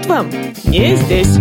тут вам не здесь.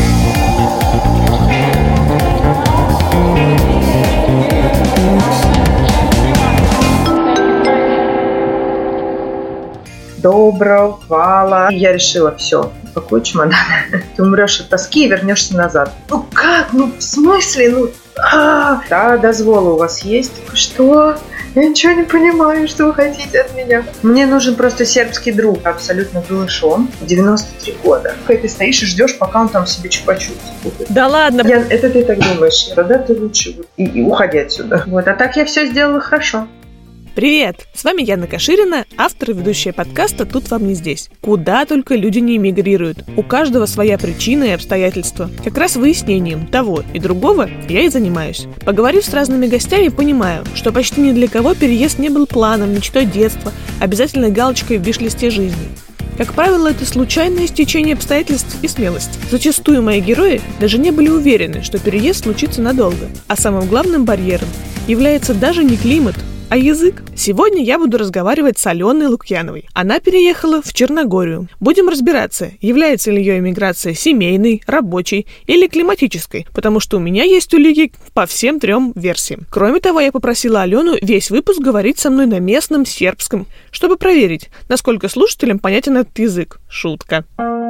Добро, хвала. Я решила, все, пакуй чемодан. Ты умрешь от тоски и вернешься назад. Ну как? Ну в смысле? Да, дозволы у вас есть? Что? Я ничего не понимаю, что вы хотите от меня. Мне нужен просто сербский друг, абсолютно голышом, 93 года. Ты стоишь и ждешь, пока он там себе чупа-чупс купит. Да ладно. Это ты так думаешь. Тогда ты лучше и уходи отсюда. Вот, а так я все сделала хорошо. Привет! С вами Яна Каширина, автор и ведущая подкаста «Тут вам не здесь». Куда только люди не эмигрируют. У каждого своя причина и обстоятельства. Как раз выяснением того и другого я и занимаюсь. Поговорив с разными гостями, понимаю, что почти ни для кого переезд не был планом, мечтой детства, обязательной галочкой в виш-листе жизни. Как правило, это случайное стечение обстоятельств и смелость. Зачастую мои герои даже не были уверены, что переезд случится надолго. А самым главным барьером является даже не климат, а язык. Сегодня я буду разговаривать с Аленой Лукьяновой. Она переехала в Черногорию. Будем разбираться, является ли ее эмиграция семейной, рабочей или климатической, потому что у меня есть улики по всем 3 версиям. Кроме того, я попросила Алену весь выпуск говорить со мной на местном сербском, чтобы проверить, насколько слушателям понятен этот язык. Шутка.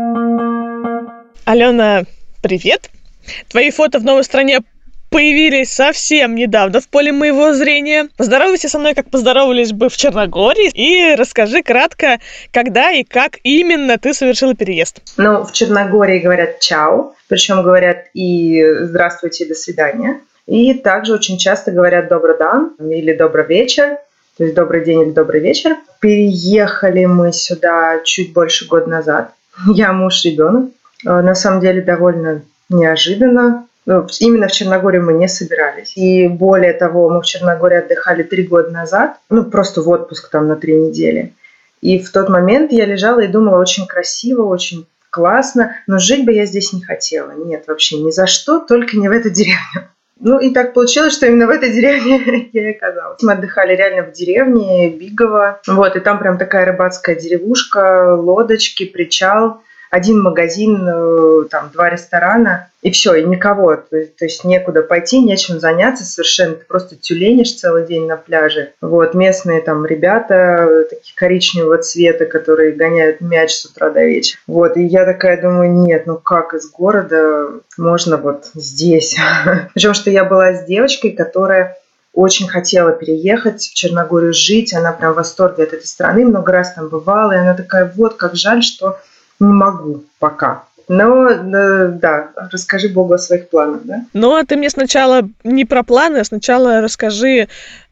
Алена, привет! Твои фото в новой стране появились совсем недавно в поле моего зрения. Поздоровайся со мной, как поздоровались бы в Черногории, и расскажи кратко, когда и как именно ты совершила переезд. В Черногории говорят «чао», причем говорят и «здравствуйте», «до свидания». И также очень часто говорят «добрый дан» или «добрый вечер», то есть «добрый день» или «добрый вечер». Переехали мы сюда чуть больше года назад. Я муж, ребенок. На самом деле довольно неожиданно. Именно в Черногорию мы не собирались. И более того, мы в Черногории отдыхали 3 года назад, просто в отпуск там на 3 недели. И в тот момент я лежала и думала, очень красиво, очень классно, но жить бы я здесь не хотела. Нет, вообще ни за что, только не в эту деревню. И так получилось, что именно в этой деревне я и оказалась. Мы отдыхали реально в деревне Бигово. И там прям такая рыбацкая деревушка, лодочки, причал. 1 магазин, там 2 ресторана, и все, и никого. То есть некуда пойти, нечем заняться совершенно. Ты просто тюленишь целый день на пляже. Местные там ребята, такие коричневого цвета, которые гоняют мяч с утра до вечера. И я такая думаю, нет, как из города можно здесь? Причем, что я была с девочкой, которая очень хотела переехать в Черногорию жить. Она прям в восторге от этой страны, много раз там бывала. И она такая, как жаль, что не могу пока. Но, да, расскажи Богу о своих планах, да? А ты мне сначала не про планы, а сначала расскажи,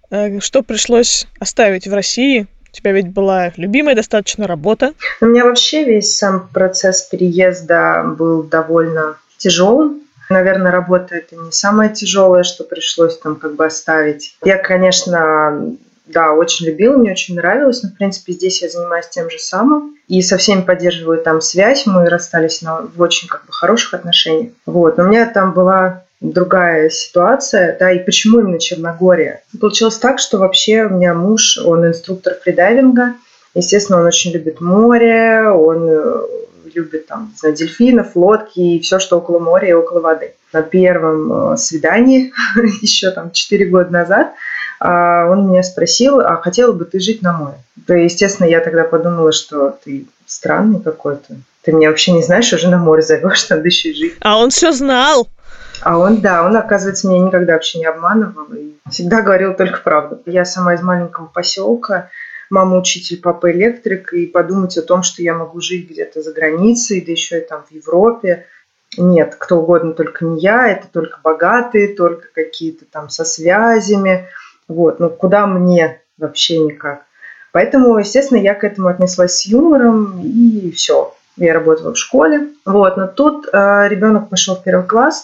что пришлось оставить в России. У тебя ведь была любимая достаточно работа. У меня вообще весь сам процесс переезда был довольно тяжелым. Наверное, работа – это не самое тяжелое, что пришлось там оставить. Я, конечно, да, очень любила, мне очень нравилось, но, в принципе, здесь я занимаюсь тем же самым. И со всеми поддерживаю там связь, мы расстались в очень хороших отношениях. Но у меня там была другая ситуация, да, и почему именно Черногория? Получилось так, что вообще у меня муж, он инструктор фридайвинга, естественно, он очень любит море, он любит там, дельфинов, лодки и все, что около моря и около воды. На первом свидании, еще там 4 года назад, он меня спросил, а хотела бы ты жить на море? То, естественно, я тогда подумала, что ты странный какой-то. Ты меня вообще не знаешь, уже на море зовешь, надо еще и жить. А он все знал. А он, оказывается, меня никогда вообще не обманывал и всегда говорил только правду. Я сама из маленького поселка, мама учитель, папа электрик, и подумать о том, что я могу жить где-то за границей, да еще и там в Европе. Нет, кто угодно, только не я, это только богатые, только какие-то там со связями. Куда мне вообще никак. Поэтому, естественно, я к этому отнеслась с юмором, и все. Я работала в школе. Но тут ребенок пошел в 1 класс,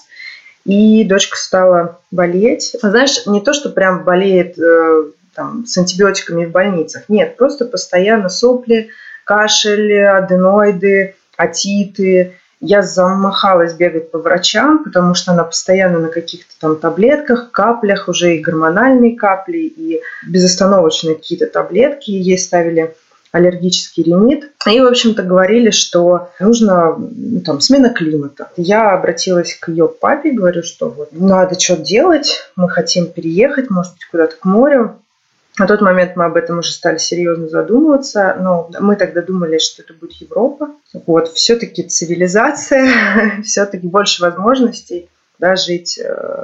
и дочка стала болеть. Знаешь, не то, что прям болеет с антибиотиками в больницах. Нет, просто постоянно сопли, кашель, аденоиды, отиты. Я замахалась бегать по врачам, потому что она постоянно на каких-то там таблетках, каплях, уже и гормональные капли, и безостановочные какие-то таблетки ей ставили. аллергический ринит. И, в общем-то, говорили, что нужно смена климата. Я обратилась к ее папе, говорю, что вот надо что-то делать, мы хотим переехать, может быть, куда-то к морю. На тот момент мы об этом уже стали серьезно задумываться, но мы тогда думали, что это будет Европа. Вот, все-таки цивилизация, все-таки больше возможностей, да, жить,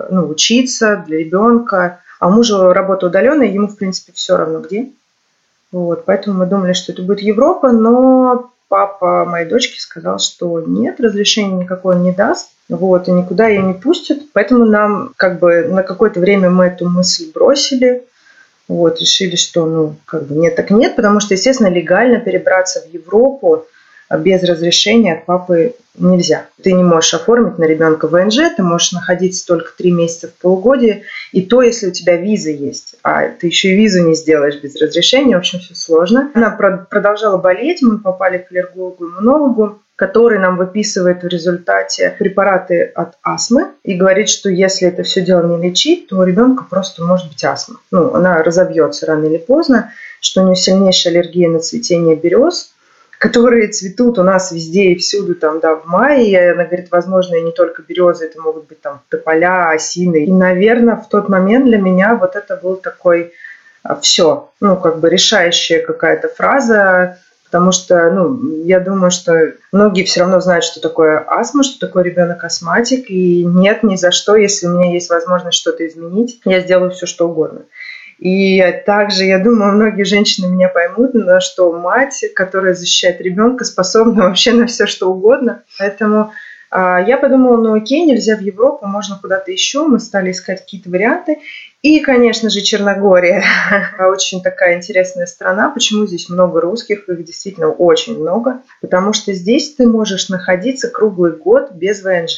учиться для ребенка. А мужу работа удаленная, ему, в принципе, все равно где. Вот, поэтому мы думали, что это будет Европа, но папа моей дочки сказал, что нет, разрешения никакого не даст, вот, и никуда ее не пустят. Поэтому нам на какое-то время мы эту мысль бросили. Вот, решили, что, нет так нет, потому что, естественно, легально перебраться в Европу без разрешения от папы нельзя. Ты не можешь оформить на ребенка ВНЖ, ты можешь находиться только 3 месяца в полугодие, и то, если у тебя виза есть, а ты еще и визу не сделаешь без разрешения, в общем, все сложно. Она продолжала болеть, мы попали к аллергологу-иммунологу, который нам выписывает в результате препараты от астмы и говорит, что если это все дело не лечить, то у ребенка просто может быть астма. Она разовьется рано или поздно, что у нее сильнейшая аллергия на цветение берез, которые цветут у нас везде и всюду, в мае. И она говорит, возможно, и не только березы, это могут быть тополя, осины. И, наверное, в тот момент для меня вот это был такой все, решающая какая-то фраза, потому что, я думаю, что многие все равно знают, что такое астма, что такое ребенок-астматик, и нет, ни за что, если у меня есть возможность что-то изменить, я сделаю все, что угодно. И также, я думаю, многие женщины меня поймут, что мать, которая защищает ребенка, способна вообще на все, что угодно. Поэтому я подумала, окей, нельзя в Европу, можно куда-то еще. Мы стали искать какие-то варианты. И, конечно же, Черногория. Очень такая интересная страна. Почему здесь много русских? Их действительно очень много. Потому что здесь ты можешь находиться круглый год без ВНЖ.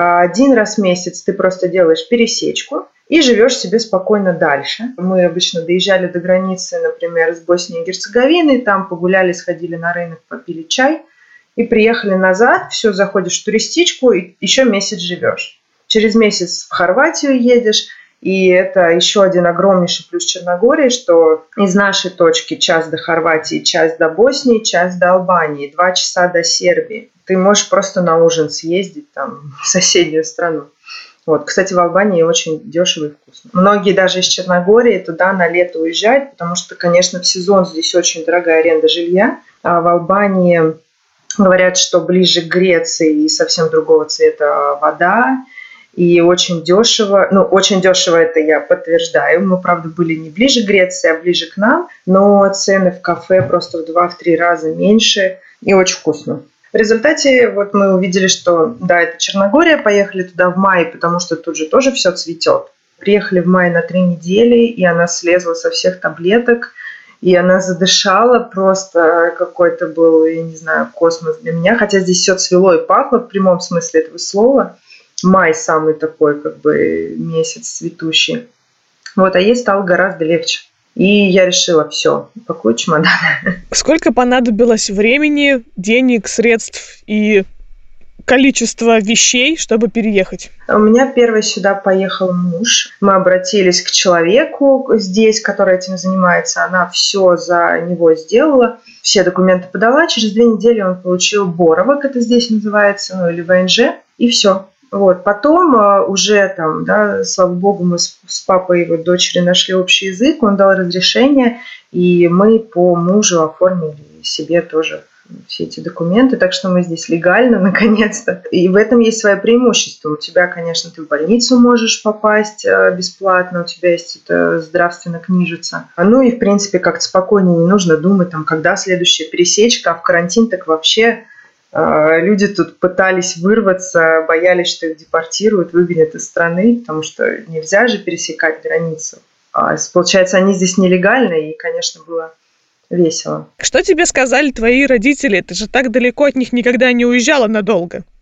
1 раз в месяц ты просто делаешь пересечку и живешь себе спокойно дальше. Мы обычно доезжали до границы, например, с Боснией и Герцеговиной, там погуляли, сходили на рынок, попили чай и приехали назад, все, заходишь в туристичку и еще месяц живешь. Через месяц в Хорватию едешь, и это еще один огромнейший плюс Черногории, что из нашей точки час до Хорватии, час до Боснии, час до Албании, 2 часа до Сербии. Ты можешь просто на ужин съездить в соседнюю страну. Вот, кстати, в Албании очень дешево и вкусно. Многие даже из Черногории туда на лето уезжают, потому что, конечно, в сезон здесь очень дорогая аренда жилья. А в Албании говорят, что ближе к Греции и совсем другого цвета вода. И очень дешево. Очень дешево это я подтверждаю. Мы, правда, были не ближе к Греции, а ближе к нам. Но цены в кафе просто в 2-3 раза меньше. И очень вкусно. В результате мы увидели, что да, это Черногория, поехали туда в мае, потому что тут же тоже все цветет. Приехали в мае на 3 недели, и она слезла со всех таблеток, и она задышала, просто какой-то был, я не знаю, космос для меня, хотя здесь все цвело и пахло в прямом смысле этого слова. Май самый такой месяц цветущий. А ей стало гораздо легче. И я решила, все, пакую чемодан. Сколько понадобилось времени, денег, средств и количества вещей, чтобы переехать? У меня первый сюда поехал муж. Мы обратились к человеку здесь, который этим занимается. Она все за него сделала. Все документы подала. Через 2 недели он получил Борова, как это здесь называется, или ВНЖ, и все. Потом уже слава богу, мы с папой и его дочерью нашли общий язык, он дал разрешение, и мы по мужу оформили себе тоже все эти документы, так что мы здесь легально, наконец-то. И в этом есть свое преимущество. У тебя, конечно, ты в больницу можешь попасть бесплатно, у тебя есть это здравственная книжица. И, в принципе, как-то спокойнее, не нужно думать, когда следующая пересечка, а в карантин так вообще... Люди тут пытались вырваться, боялись, что их депортируют, выгонят из страны, потому что нельзя же пересекать границу. Получается, они здесь нелегальные, и, конечно, было весело. Что тебе сказали твои родители? Ты же так далеко от них никогда не уезжала надолго.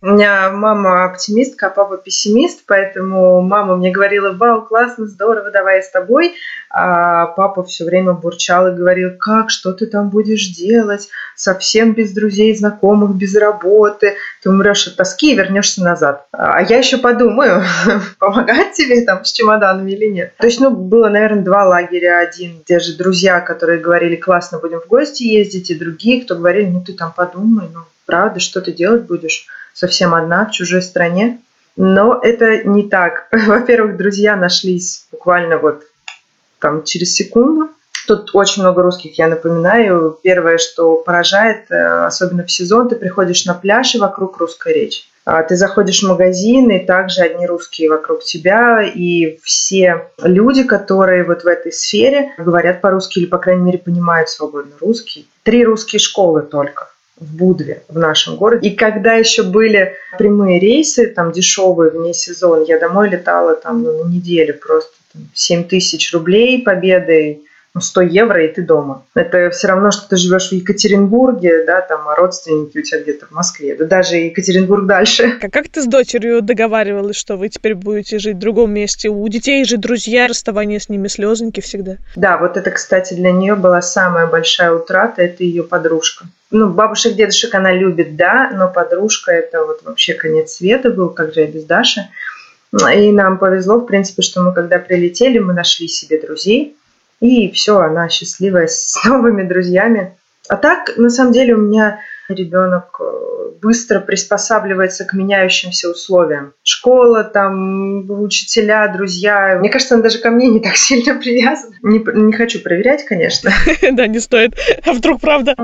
У меня мама оптимистка, а папа пессимист, поэтому мама мне говорила: вау, классно, здорово, давай я с тобой. А папа все время бурчал и говорил: как, что ты там будешь делать, совсем без друзей, знакомых, без работы, ты умрешь от тоски и вернешься назад. А я еще подумаю, помогать тебе там с чемоданами или нет. То есть, было, наверное, 2 лагеря. Один, где же друзья, которые говорили: классно, будем в гости ездить, и другие, кто говорили: ты там подумай, правда, что ты делать будешь? Совсем одна в чужой стране. Но это не так. Во-первых, друзья нашлись буквально там через секунду. Тут очень много русских, я напоминаю. Первое, что поражает, особенно в сезон, ты приходишь на пляж, и вокруг русская речь. Ты заходишь в магазин, и также одни русские вокруг тебя, и все люди, которые в этой сфере говорят по-русски или, по крайней мере, понимают свободно русский. 3 русские школы только в Будве, в нашем городе. И когда еще были прямые рейсы, там дешевые вне сезон, я домой летала там на неделю, просто 7 тысяч рублей победой, 100 евро, и ты дома. Это все равно, что ты живешь в Екатеринбурге, да, там, а родственники у тебя где-то в Москве. Да даже Екатеринбург дальше. А как ты с дочерью договаривалась, что вы теперь будете жить в другом месте? У детей же друзья, расставание с ними, слезоньки всегда. Да, это, кстати, для нее была самая большая утрата, это ее подружка. Бабушек, дедушек она любит, да, но подружка — это вообще конец света был, как же я без Даши. И нам повезло, в принципе, что мы, когда прилетели, мы нашли себе друзей. И все, она счастливая с новыми друзьями. А так, на самом деле, у меня ребенок быстро приспосабливается к меняющимся условиям. Школа, там, учителя, друзья. Мне кажется, он даже ко мне не так сильно привязан. Не хочу проверять, конечно. Да, не стоит. А вдруг правда?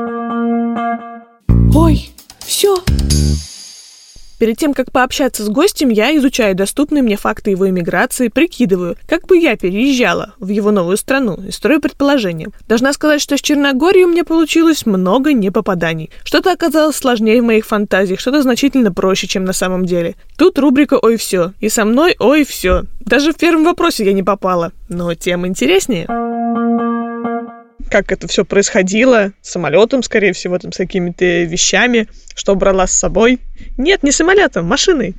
Ой, все. Перед тем, как пообщаться с гостем, я изучаю доступные мне факты его эмиграции, прикидываю, как бы я переезжала в его новую страну и строю предположения. Должна сказать, что с Черногорией у меня получилось много непопаданий. Что-то оказалось сложнее в моих фантазиях, что-то значительно проще, чем на самом деле. Тут рубрика «Ой, все». И со мной «Ой, все». Даже в первом вопросе я не попала, но тем интереснее. Как это все происходило? Самолетом, скорее всего, там, с какими-то вещами. Что брала с собой? Нет, не самолетом, машиной.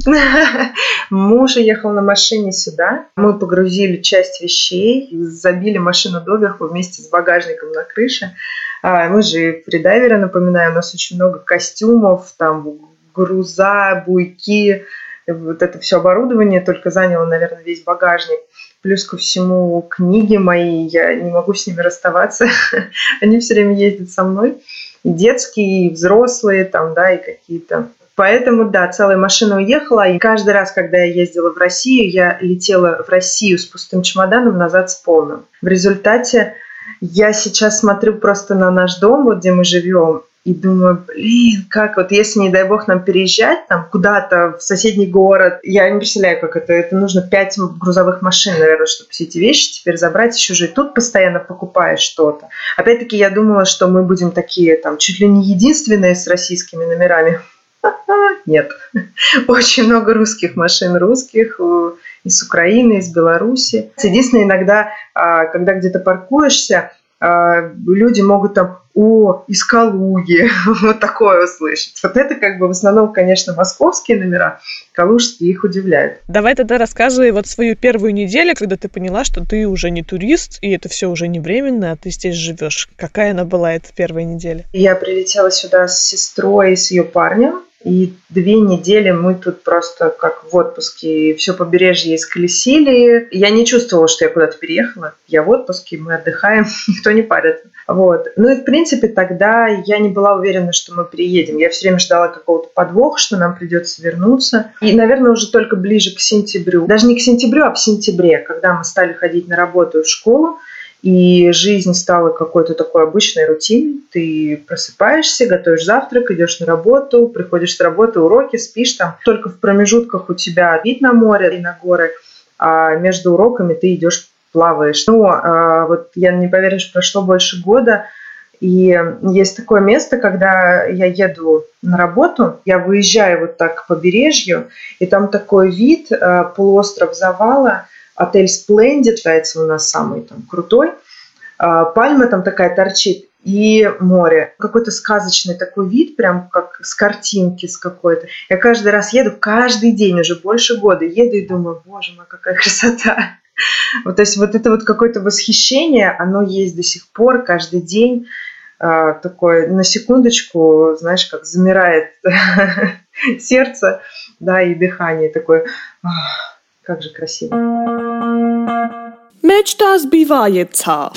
Муж ехал на машине сюда. Мы погрузили часть вещей, забили машину доверху вместе с багажником на крыше. Мы же фридайверы, напоминаю, у нас очень много костюмов, там груза, буйки. Это все оборудование только заняло, наверное, весь багажник. Плюс ко всему книги мои, я не могу с ними расставаться. Они все время ездят со мной. И детские, и взрослые, там, да, и какие-то. Поэтому, да, целая машина уехала. И каждый раз, когда я ездила в Россию, я летела в Россию с пустым чемоданом, назад с полным. В результате я сейчас смотрю просто на наш дом, где мы живем, и думаю, как если, не дай бог, нам переезжать там куда-то в соседний город, я не представляю, как это. Это нужно 5 грузовых машин, наверное, чтобы все эти вещи теперь забрать. Еще же и тут постоянно покупаешь что-то. Опять-таки, я думала, что мы будем такие там чуть ли не единственные с российскими номерами. Нет. Очень много русских машин, русских из Украины, из Беларуси. Единственное, иногда, когда где-то паркуешься, люди могут там из Калуги, вот такое услышать. Это в основном, конечно, московские номера, калужские их удивляют. Давай тогда рассказывай свою первую неделю, когда ты поняла, что ты уже не турист, и это все уже не временно, а ты здесь живешь. Какая она была, эта первая неделя? Я прилетела сюда с сестрой и с ее парнем, и 2 недели мы тут просто как в отпуске, все побережье исколесили. Я не чувствовала, что я куда-то переехала. Я в отпуске, мы отдыхаем, никто не парится. И в принципе тогда я не была уверена, что мы переедем. Я все время ждала какого-то подвоха, что нам придется вернуться. И, наверное, уже только ближе к сентябрю. Даже не к сентябрю, а в сентябре, когда мы стали ходить на работу и в школу. И жизнь стала какой-то такой обычной рутиной. Ты просыпаешься, готовишь завтрак, идешь на работу, приходишь с работы, уроки, спишь там. Только в промежутках у тебя вид на море и на горы, а между уроками ты идешь плаваешь. Я не поверишь, прошло больше года, и есть такое место, когда я еду на работу, я выезжаю так к побережью, и там такой вид, полуостров Завала, отель Splendid, считается у нас самый крутой. пальма там такая торчит, и море. Какой-то сказочный такой вид, прям как с картинки с какой-то. Я каждый раз еду, каждый день, уже больше года еду и думаю, боже мой, какая красота. Вот, то есть вот это вот какое-то восхищение, оно есть до сих пор, каждый день. Такое, на секундочку, знаешь, как замирает сердце, да, и дыхание такое, как же красиво. Мечта сбивается.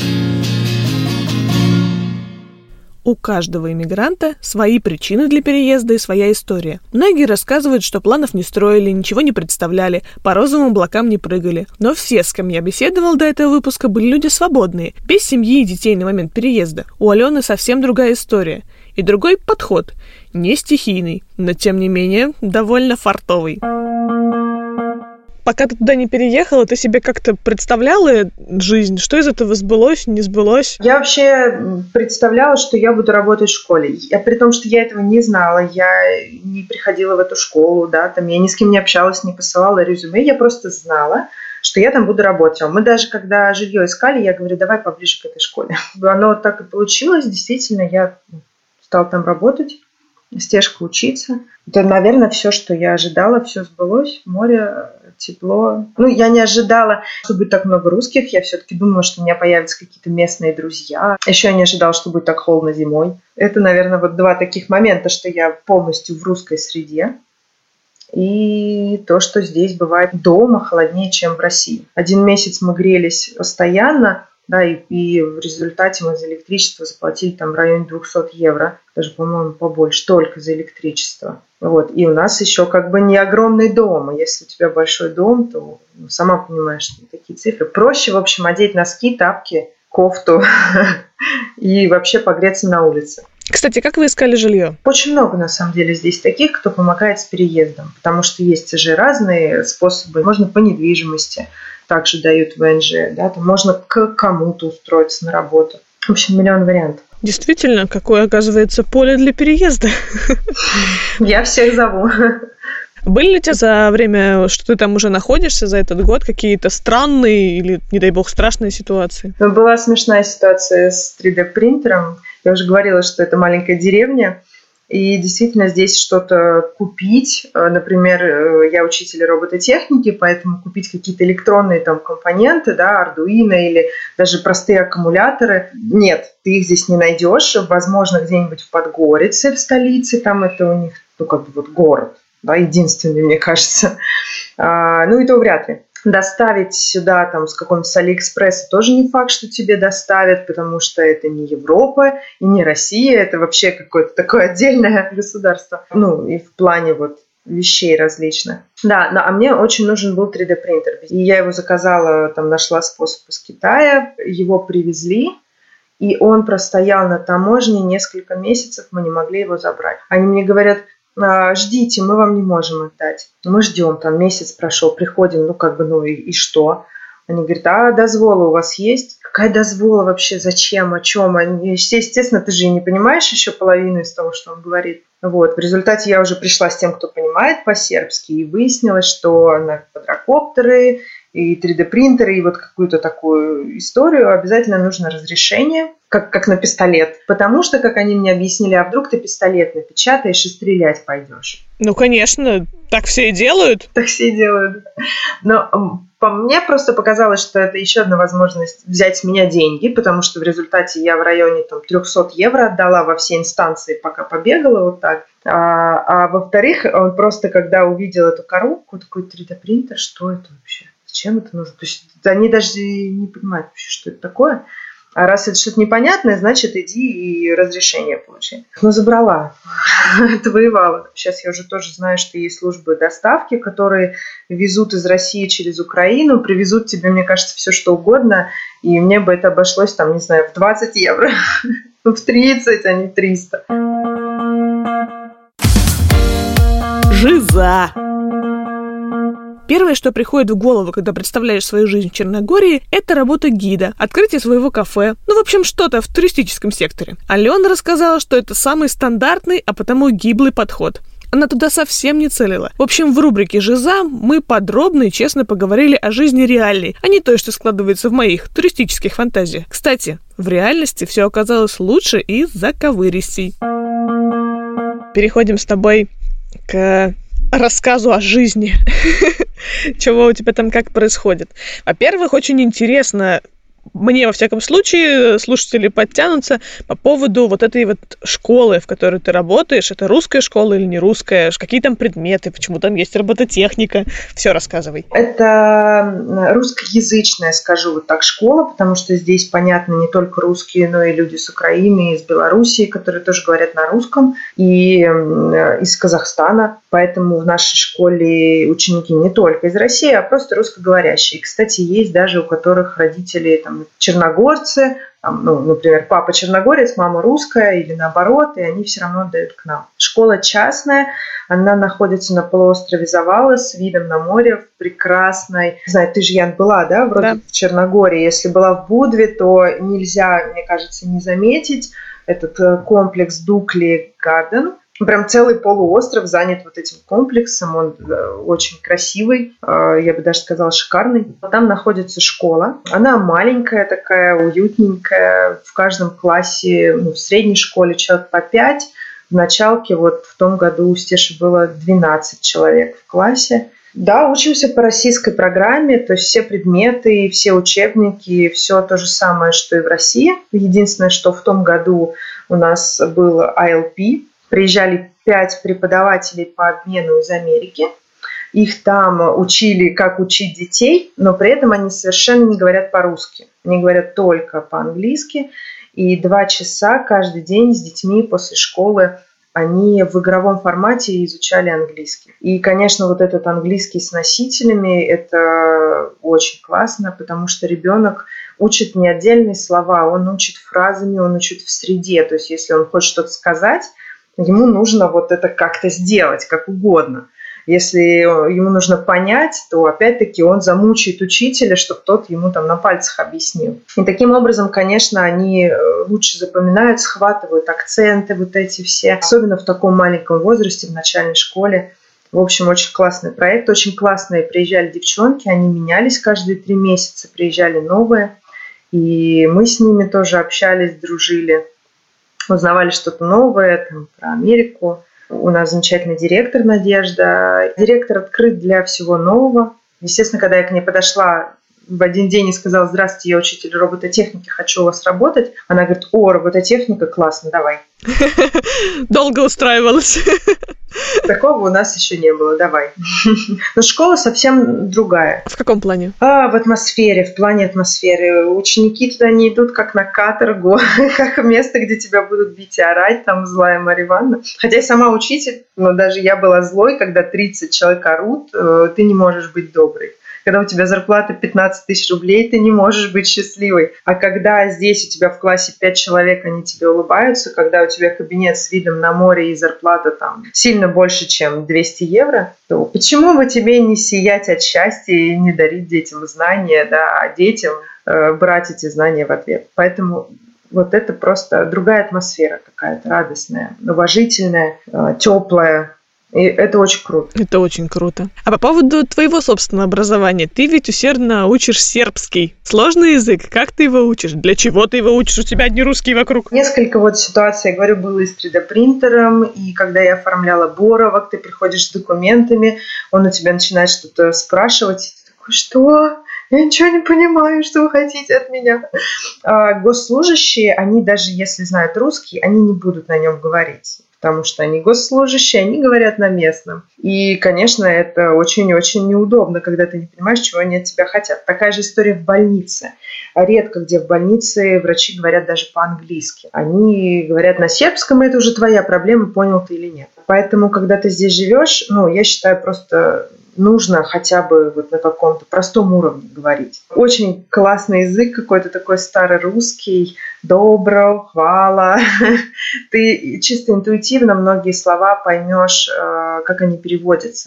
У каждого иммигранта свои причины для переезда и своя история. Многие рассказывают, что планов не строили, ничего не представляли, по розовым облакам не прыгали. Но все, с кем я беседовал до этого выпуска, были люди свободные, без семьи и детей на момент переезда. У Алены совсем другая история. И другой подход. Не стихийный, но тем не менее довольно фартовый. Пока ты туда не переехала, ты себе как-то представляла жизнь? Что из этого сбылось, не сбылось? Я вообще представляла, что я буду работать в школе. При том, что я этого не знала, я не приходила в эту школу, да, там, я ни с кем не общалась, не посылала резюме, я просто знала, что я там буду работать. Мы даже, когда жилье искали, я говорю, давай поближе к этой школе. Оно так и получилось, действительно, я стала там работать, стежка учиться. Это, наверное, все, что я ожидала, все сбылось. Море, тепло. Я не ожидала, что будет так много русских. Я все-таки думала, что у меня появятся какие-то местные друзья. Еще я не ожидала, что будет так холодно зимой. Это, наверное, вот два таких момента, что я полностью в русской среде. И то, что здесь бывает дома холоднее, чем в России. 1 месяц мы грелись постоянно, да, и в результате мы за электричество заплатили там в районе 200 евро, даже, по-моему, побольше, только за электричество. Вот. И у нас еще как бы не огромный дом. Если у тебя большой дом, то сама понимаешь, что такие цифры. Проще, в общем, одеть носки, тапки, кофту и вообще погреться на улице. Кстати, как вы искали жилье? Очень много, на самом деле, здесь таких, кто помогает с переездом, потому что есть же разные способы. Можно по недвижимости, также дают ВНЖ, да, там можно к кому-то устроиться на работу. В общем, миллион вариантов. Действительно, какое, оказывается, поле для переезда. Я всех зову. Были ли у тебя за время, что ты там уже находишься, за этот год, какие-то странные или, не дай бог, страшные ситуации? Была смешная ситуация с 3D-принтером. Я уже говорила, что это маленькая деревня. И действительно здесь что-то купить, например, я учитель робототехники, поэтому купить какие-то электронные там компоненты, да, Arduino или даже простые аккумуляторы, нет, ты их здесь не найдешь. Возможно, где-нибудь в Подгорице, в столице, там это у них, как бы вот город, да, единственный, мне кажется. И то вряд ли. Доставить сюда там с какого-нибудь с Алиэкспресса тоже не факт, что тебе доставят, потому что это не Европа и не Россия, это вообще какое-то такое отдельное государство. И в плане вот вещей различных. Да, а мне очень нужен был 3D-принтер. И я его заказала, там нашла способ из Китая, его привезли, и он простоял на таможне несколько месяцев, мы не могли его забрать. Они мне говорят, ждите, мы вам не можем отдать. Мы ждем, там месяц прошел, приходим, и что? Они говорят, дозволы у вас есть? Какая дозвола вообще, зачем, о чем? Естественно, ты же не понимаешь еще половину из того, что он говорит. Вот. В результате я уже пришла с тем, кто понимает по-сербски, и выяснилось, что на квадрокоптеры и 3D-принтеры, и вот какую-то такую историю обязательно нужно разрешение, как на пистолет. Потому что, как они мне объяснили, а вдруг ты пистолет напечатаешь и стрелять пойдешь? Конечно, так все и делают. Так все и делают. Но по мне просто показалось, что это еще одна возможность взять с меня деньги, потому что в результате я в районе 300 евро отдала во все инстанции, пока побегала вот так. А во-вторых, он просто, когда увидел эту коробку, такой 3D-принтер, что это вообще? Зачем это нужно? То есть они даже не понимают вообще, что это такое. А раз это что-то непонятное, значит, иди и разрешение получи. Забрала. Отвоевала. Сейчас я уже тоже знаю, что есть службы доставки, которые везут из России через Украину, привезут тебе, мне кажется, все что угодно, и мне бы это обошлось, в 20 евро. В 30, а не 300. Жиза! Первое, что приходит в голову, когда представляешь свою жизнь в Черногории, это работа гида, открытие своего кафе, в общем, что-то в туристическом секторе. Алена рассказала, что это самый стандартный, а потому гиблый подход. она туда совсем не целила. В общем, в рубрике «Жиза» мы подробно и честно поговорили о жизни реальной, а не той, что складывается в моих туристических фантазиях. Кстати, в реальности все оказалось лучше и заковыристей. Переходим с тобой к рассказу о жизни. Чего у тебя там как происходит. Во-первых, очень интересно, мне, во всяком случае, слушатели подтянутся по поводу вот этой вот школы, в которой ты работаешь. Это русская школа или не русская? Какие там предметы? Почему там есть робототехника? Все рассказывай. Это русскоязычная, скажу вот так, школа, потому что здесь, понятно, не только русские, но и люди с Украины, из Белоруссии, которые тоже говорят на русском, и из Казахстана. Поэтому в нашей школе ученики не только из России, а просто русскоговорящие. Кстати, есть даже у которых родители там черногорцы, там, например, папа черногорец, мама русская или наоборот, и они все равно отдают к нам. Школа частная, она находится на полуострове Завалы с видом на море в прекрасной... Не знаю, ты же, Ян, была, да, вроде в Черногории. Если была в Будве, то нельзя, мне кажется, не заметить этот комплекс Дукли Гарден. Прям целый полуостров занят вот этим комплексом, он очень красивый, я бы даже сказала, шикарный. Там находится школа, она маленькая такая, уютненькая, в каждом классе, в средней школе человек по 5, в началке вот в том году у Стеши было 12 человек в классе. Да, учимся по российской программе, то есть все предметы, все учебники, все то же самое, что и в России. Единственное, что в том году у нас был ILP, приезжали 5 преподавателей по обмену из Америки. Их там учили, как учить детей, но при этом они совершенно не говорят по-русски. Они говорят только по-английски. И 2 часа каждый день с детьми после школы они в игровом формате изучали английский. И, конечно, вот этот английский с носителями – это очень классно, потому что ребенок учит не отдельные слова, он учит фразами, он учит в среде. То есть если он хочет что-то сказать, ему нужно вот это как-то сделать, как угодно. Если ему нужно понять, то опять-таки он замучает учителя, чтобы тот ему там на пальцах объяснил. И таким образом, конечно, они лучше запоминают, схватывают акценты вот эти все. Особенно в таком маленьком возрасте, в начальной школе. В общем, очень классный проект, очень классные приезжали девчонки, они менялись каждые 3 месяца, приезжали новые. И мы с ними тоже общались, дружили. Узнавали что-то новое там, про Америку. У нас замечательный директор Надежда. Директор открыт для всего нового. Естественно, когда я к ней подошла в один день и сказала: «Здравствуйте, я учитель робототехники, хочу у вас работать», она говорит: «О, робототехника, классно, давай». Долго устраивалась. Такого у нас еще не было, давай. Но школа совсем другая. В каком плане? В атмосфере, в плане атмосферы. Ученики туда не идут как на каторгу, как место, где тебя будут бить и орать, там злая Марья Ивановна. Хотя я сама учитель, но даже я была злой, когда 30 человек орут, ты не можешь быть доброй. Когда у тебя зарплата 15 тысяч рублей, ты не можешь быть счастливой. А когда здесь у тебя в классе 5 человек, они тебе улыбаются, когда у тебя кабинет с видом на море и зарплата там сильно больше, чем 200 евро, то почему бы тебе не сиять от счастья и не дарить детям знания, да, а детям брать эти знания в ответ? Поэтому вот это просто другая атмосфера какая-то радостная, уважительная, теплая. И это очень круто. Это очень круто. А по поводу твоего собственного образования, ты ведь усердно учишь сербский. Сложный язык. Как ты его учишь? Для чего ты его учишь? У тебя одни русские вокруг. Несколько вот ситуаций, я говорю, было и с 3D-принтером, и когда я оформляла боровок, ты приходишь с документами, он у тебя начинает что-то спрашивать, и ты такой: что? Я ничего не понимаю, что вы хотите от меня. Госслужащие, они даже если знают русский, они не будут на нем говорить. Потому что они госслужащие, они говорят на местном. И, конечно, это очень-очень неудобно, когда ты не понимаешь, чего они от тебя хотят. Такая же история в больнице. Редко где в больнице врачи говорят даже по-английски. Они говорят на сербском, и это уже твоя проблема, понял ты или нет. Поэтому, когда ты здесь живешь, я считаю, просто нужно хотя бы вот на каком-то простом уровне говорить. Очень классный язык какой-то такой старорусский, добро, хвала. Ты чисто интуитивно многие слова поймешь, как они переводятся.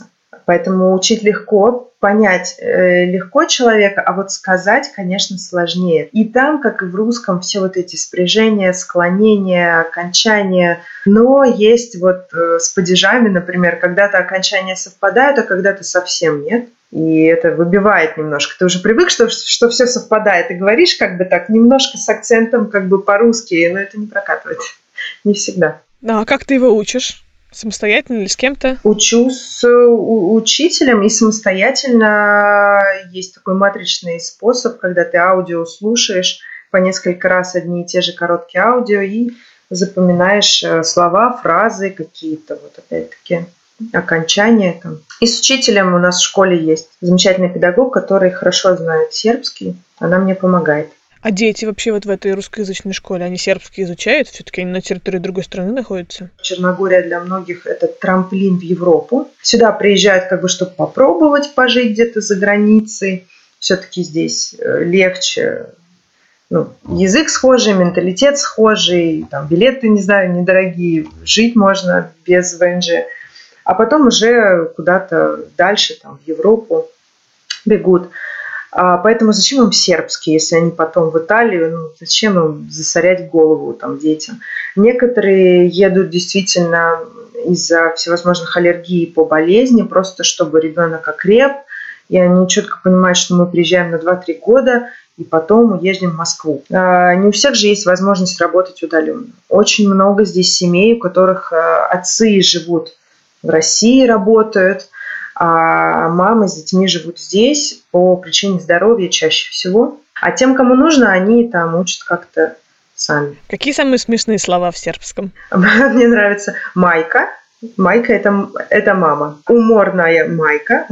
Поэтому учить легко, понять легко человека, а вот сказать, конечно, сложнее. И там, как и в русском, все вот эти спряжения, склонения, окончания. Но есть вот с падежами, например, когда-то окончания совпадают, а когда-то совсем нет. И это выбивает немножко. Ты уже привык, что все совпадает. И говоришь как бы так, немножко с акцентом как бы по-русски, но это не прокатывает. Не всегда. Ну, а как ты его учишь? Самостоятельно или с кем-то? Учу с учителем и самостоятельно. Есть такой матричный способ, когда ты аудио слушаешь по несколько раз одни и те же короткие аудио и запоминаешь слова, фразы какие-то, вот опять-таки окончания там. И с учителем у нас в школе есть замечательный педагог, который хорошо знает сербский. Она мне помогает. А дети вообще вот в этой русскоязычной школе, они сербский изучают? Все-таки они на территории другой страны находятся? Черногория для многих это трамплин в Европу. Сюда приезжают как бы, чтобы попробовать пожить где-то за границей. Все-таки здесь легче. Язык схожий, менталитет схожий, там, билеты, не знаю, недорогие. Жить можно без ВНЖ. А потом уже куда-то дальше, там, в Европу бегут. Поэтому зачем им сербский, если они потом в Италию, зачем им засорять голову там, детям? Некоторые едут действительно из-за всевозможных аллергий по болезни, просто чтобы ребенок окреп, и они четко понимают, что мы приезжаем на 2-3 года, и потом уедем в Москву. Не у всех же есть возможность работать удаленно. Очень много здесь семей, у которых отцы живут в России, работают, а мамы с детьми живут здесь по причине здоровья чаще всего. А тем, кому нужно, они там учат как-то сами. Какие самые смешные слова в сербском? Мне нравится майка. Майка – это мама. Уморная майка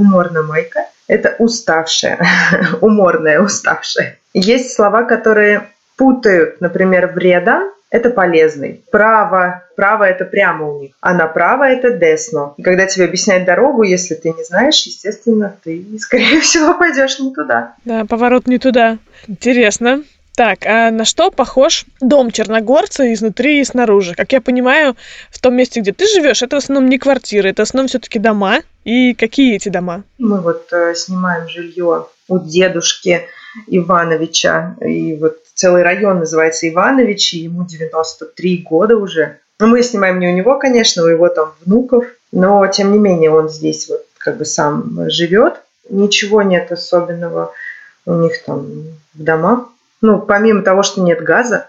– это уставшая. Уморная, уставшая. Есть слова, которые путают, например, вредан – это полезный. Право – это прямо у них. А направо – это десно. И когда тебе объясняют дорогу, если ты не знаешь, естественно, ты, скорее всего, пойдешь не туда. Да, поворот не туда. Интересно. Так, а на что похож дом черногорца изнутри и снаружи? Как я понимаю, в том месте, где ты живешь, это в основном не квартиры, это в основном все-таки дома. И какие эти дома? Мы вот снимаем жилье у дедушки Ивановича. И вот целый район называется Иванович, и ему 93 года уже. Мы снимаем не у него, конечно, у его там внуков, но тем не менее он здесь вот как бы сам живет. Ничего нет особенного у них там в домах. Помимо того, что нет газа,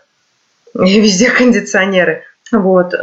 и везде кондиционеры. Вот,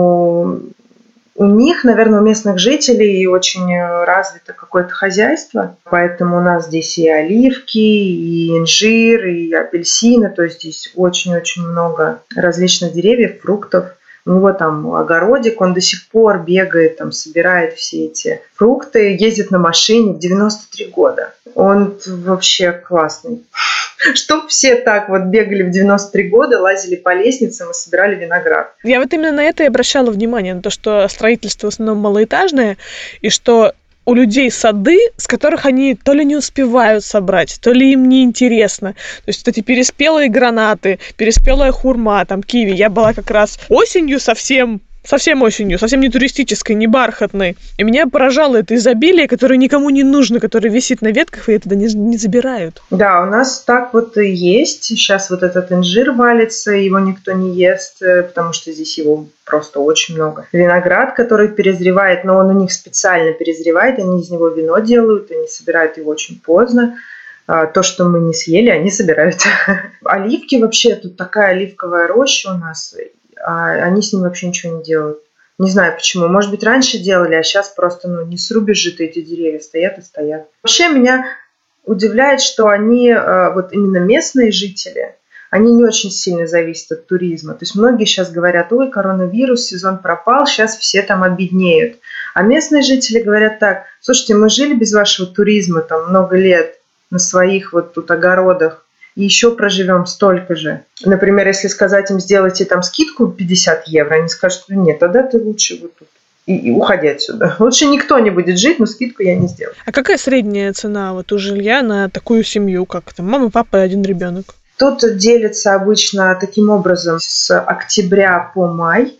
но у них, наверное, у местных жителей очень развито какое-то хозяйство, поэтому у нас здесь и оливки, и инжир, и апельсины, то есть здесь очень-очень много различных деревьев, фруктов. У него там огородик, он до сих пор бегает, там, собирает все эти фрукты, ездит на машине в 93 года. Он вообще классный. Чтоб все так вот бегали в 93 года, лазили по лестницам и собирали виноград. Я вот именно на это и обращала внимание, на то, что строительство в основном малоэтажное, и что у людей сады, с которых они то ли не успевают собрать, то ли им не интересно. То есть вот эти переспелые гранаты, переспелая хурма, там киви. Я была как раз осенью совсем осенью, совсем не туристической, не бархатной. И меня поражало это изобилие, которое никому не нужно, которое висит на ветках, и это не забирают. Да, у нас так вот и есть. Сейчас вот этот инжир валится, его никто не ест, потому что здесь его просто очень много. Виноград, который перезревает, но он у них специально перезревает, они из него вино делают, они собирают его очень поздно. То, что мы не съели, они собирают. Оливки вообще, тут такая оливковая роща у нас, а они с ним вообще ничего не делают. Не знаю почему. Может быть, раньше делали, а сейчас просто не срубишь же ты эти деревья, стоят и стоят. Вообще меня удивляет, что они, вот именно местные жители, они не очень сильно зависят от туризма. То есть многие сейчас говорят, ой, коронавирус, сезон пропал, сейчас все там обеднеют. А местные жители говорят так, слушайте, мы жили без вашего туризма там много лет на своих вот тут огородах, и еще проживем столько же. Например, если сказать им, сделайте там скидку 50 евро, они скажут, нет, тогда ты лучше вот тут и уходи отсюда. Лучше никто не будет жить, но скидку я не сделаю. А какая средняя цена вот у жилья на такую семью, как там мама, папа и один ребенок? Тут делится обычно таким образом с октября по май.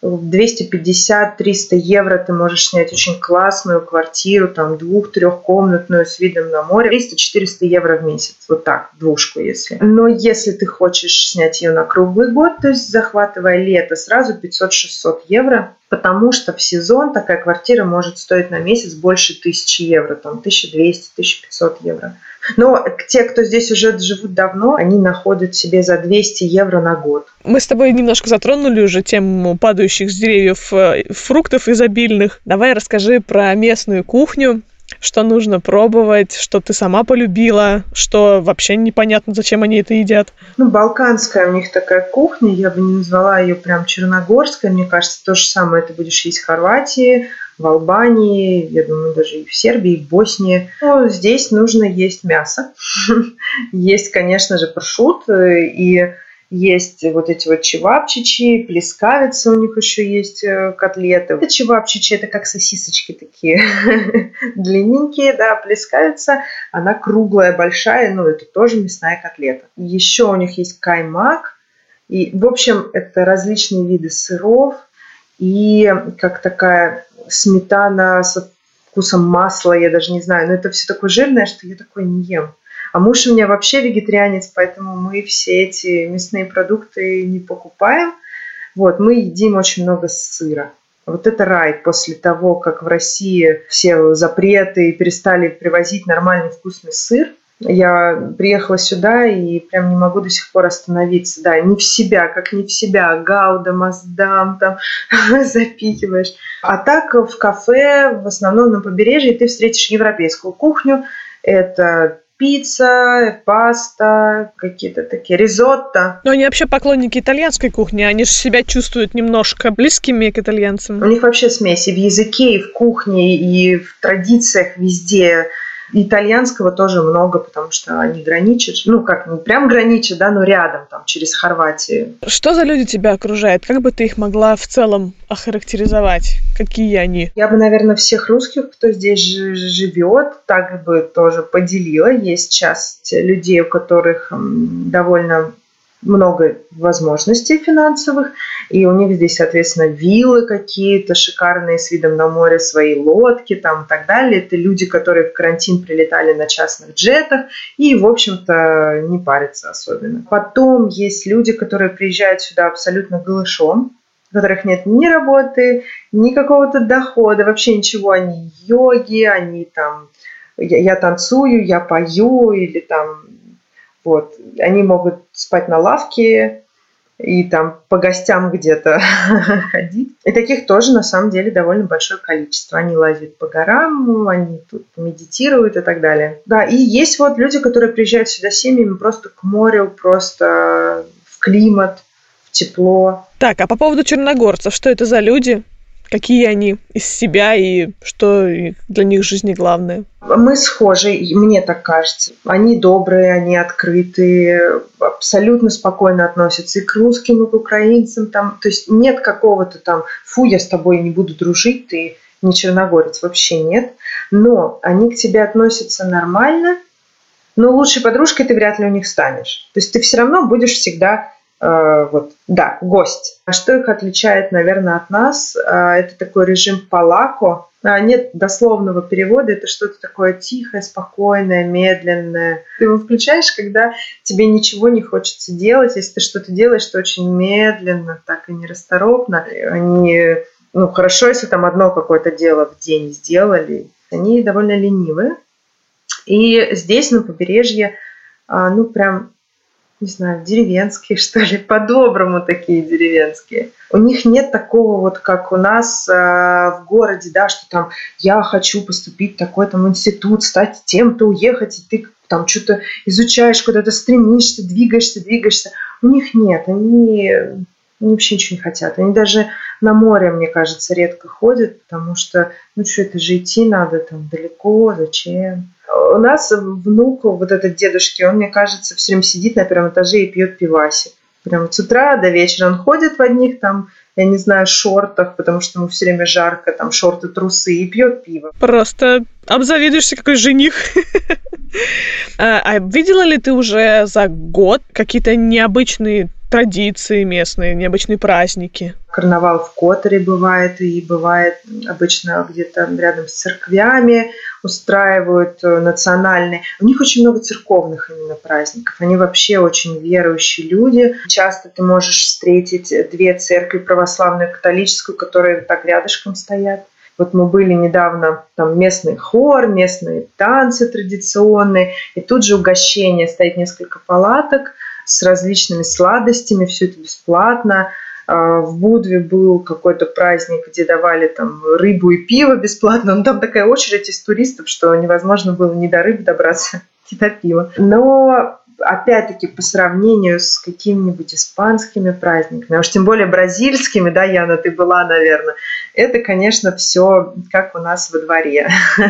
250-300 евро ты можешь снять очень классную квартиру, там 2-3-комнатную с видом на море. 300-400 евро в месяц, вот так, двушку если. Но если ты хочешь снять ее на круглый год, то есть захватывая лето, сразу 500-600 евро, потому что в сезон такая квартира может стоить на месяц больше 1000 евро, там 1200-1500 евро. Но те, кто здесь уже живут давно, они находят себе за 200 евро на год. Мы с тобой немножко затронули уже тему падающих с деревьев фруктов изобильных. Давай расскажи про местную кухню, что нужно пробовать, что ты сама полюбила, что вообще непонятно, зачем они это едят. Балканская у них такая кухня, я бы не назвала ее прям черногорской. Мне кажется, то же самое ты будешь есть в Хорватии, в Албании, я думаю, даже и в Сербии, и в Боснии. Но здесь нужно есть мясо. Есть, конечно же, прошут, и есть вот эти вот чевапчичи, плескавица, у них еще есть котлеты. Это чевапчичи, это как сосисочки такие длинненькие, да, плескавица, она круглая, большая, это тоже мясная котлета. Еще у них есть каймак, и, в общем, это различные виды сыров, и как такая сметана со вкусом масла, я даже не знаю, но это все такое жирное, что я такое не ем. А муж у меня вообще вегетарианец, поэтому мы все эти мясные продукты не покупаем. Мы едим очень много сыра. Вот это рай после того, как в России все запреты и перестали привозить нормальный вкусный сыр. Я приехала сюда и прям не могу до сих пор остановиться. Да, не в себя, Гауда, Маздам там запихиваешь. А так в кафе, в основном на побережье, ты встретишь европейскую кухню. Это пицца, паста, какие-то такие ризотто. Но они вообще поклонники итальянской кухни, они же себя чувствуют немножко близкими к итальянцам. У них вообще смесь и в языке, и в кухне, и в традициях везде. Итальянского тоже много, потому что они граничат, не прям граничат, да, но рядом, там, через Хорватию. Что за люди тебя окружают? Как бы ты их могла в целом охарактеризовать? Какие они? Я бы, наверное, всех русских, кто здесь живет, так бы тоже поделила. Есть часть людей, у которых довольно много возможностей финансовых, и у них здесь, соответственно, виллы какие-то шикарные с видом на море, свои лодки там и так далее. Это люди, которые в карантин прилетали на частных джетах и, в общем-то, не парятся особенно. Потом есть люди, которые приезжают сюда абсолютно голышом, у которых нет ни работы, ни какого-то дохода, вообще ничего. Они йоги, они там, я танцую, я пою, или там, они могут спать на лавке и там по гостям где-то ходить. И таких тоже на самом деле довольно большое количество. Они лазят по горам, они тут медитируют и так далее. Да, и есть люди, которые приезжают сюда семьями просто к морю, просто в климат, в тепло. Так, а по поводу черногорцев, что это за люди? Какие они из себя и что для них в жизни главное? Мы схожи, мне так кажется. Они добрые, они открытые, абсолютно спокойно относятся и к русским, и к украинцам. То есть нет какого-то там, фу, я с тобой не буду дружить, ты не черногорец, вообще нет. Но они к тебе относятся нормально, но лучшей подружкой ты вряд ли у них станешь. То есть ты все равно будешь всегда... гость. А что их отличает, наверное, от нас? Это такой режим палако. Нет дословного перевода, это что-то такое тихое, спокойное, медленное. Ты его включаешь, когда тебе ничего не хочется делать. Если ты что-то делаешь, то очень медленно, так и нерасторопно. Они, хорошо, если там одно какое-то дело в день сделали. Они довольно ленивые. И здесь, на побережье, прям... не знаю, деревенские, что ли, по-доброму такие деревенские. У них нет такого как у нас в городе, да, что там я хочу поступить в такой там институт, стать тем-то, уехать, и ты там что-то изучаешь, куда-то стремишься, двигаешься. У них нет, они вообще ничего не хотят. Они даже на море, мне кажется, редко ходят, потому что, что это же идти надо там далеко, зачем? У нас внук, этот дедушки, он, мне кажется, все время сидит на первом этаже и пьет пивасик. Прям с утра до вечера он ходит в одних там, я не знаю, шортах, потому что ему все время жарко, там шорты, трусы, и пьет пиво. Просто обзавидуешься, какой жених. А видела ли ты уже за год какие-то необычные традиции местные, необычные праздники? Карнавал в Которе бывает, и бывает обычно где-то рядом с церквями устраивают национальные. У них очень много церковных именно праздников. Они вообще очень верующие люди. Часто ты можешь встретить две церкви, православную и католическую, которые так рядышком стоят. Вот мы были недавно, там местный хор, местные танцы традиционные, и тут же угощение, стоит несколько палаток с различными сладостями, все это бесплатно. В Будве был какой-то праздник, где давали там рыбу и пиво бесплатно, но там такая очередь из туристов, что невозможно было ни до рыбы добраться, ни до пива. Но опять-таки по сравнению с какими-нибудь испанскими праздниками, а уж тем более бразильскими, да, Яна, ты была, наверное, это, конечно, все как у нас во дворе.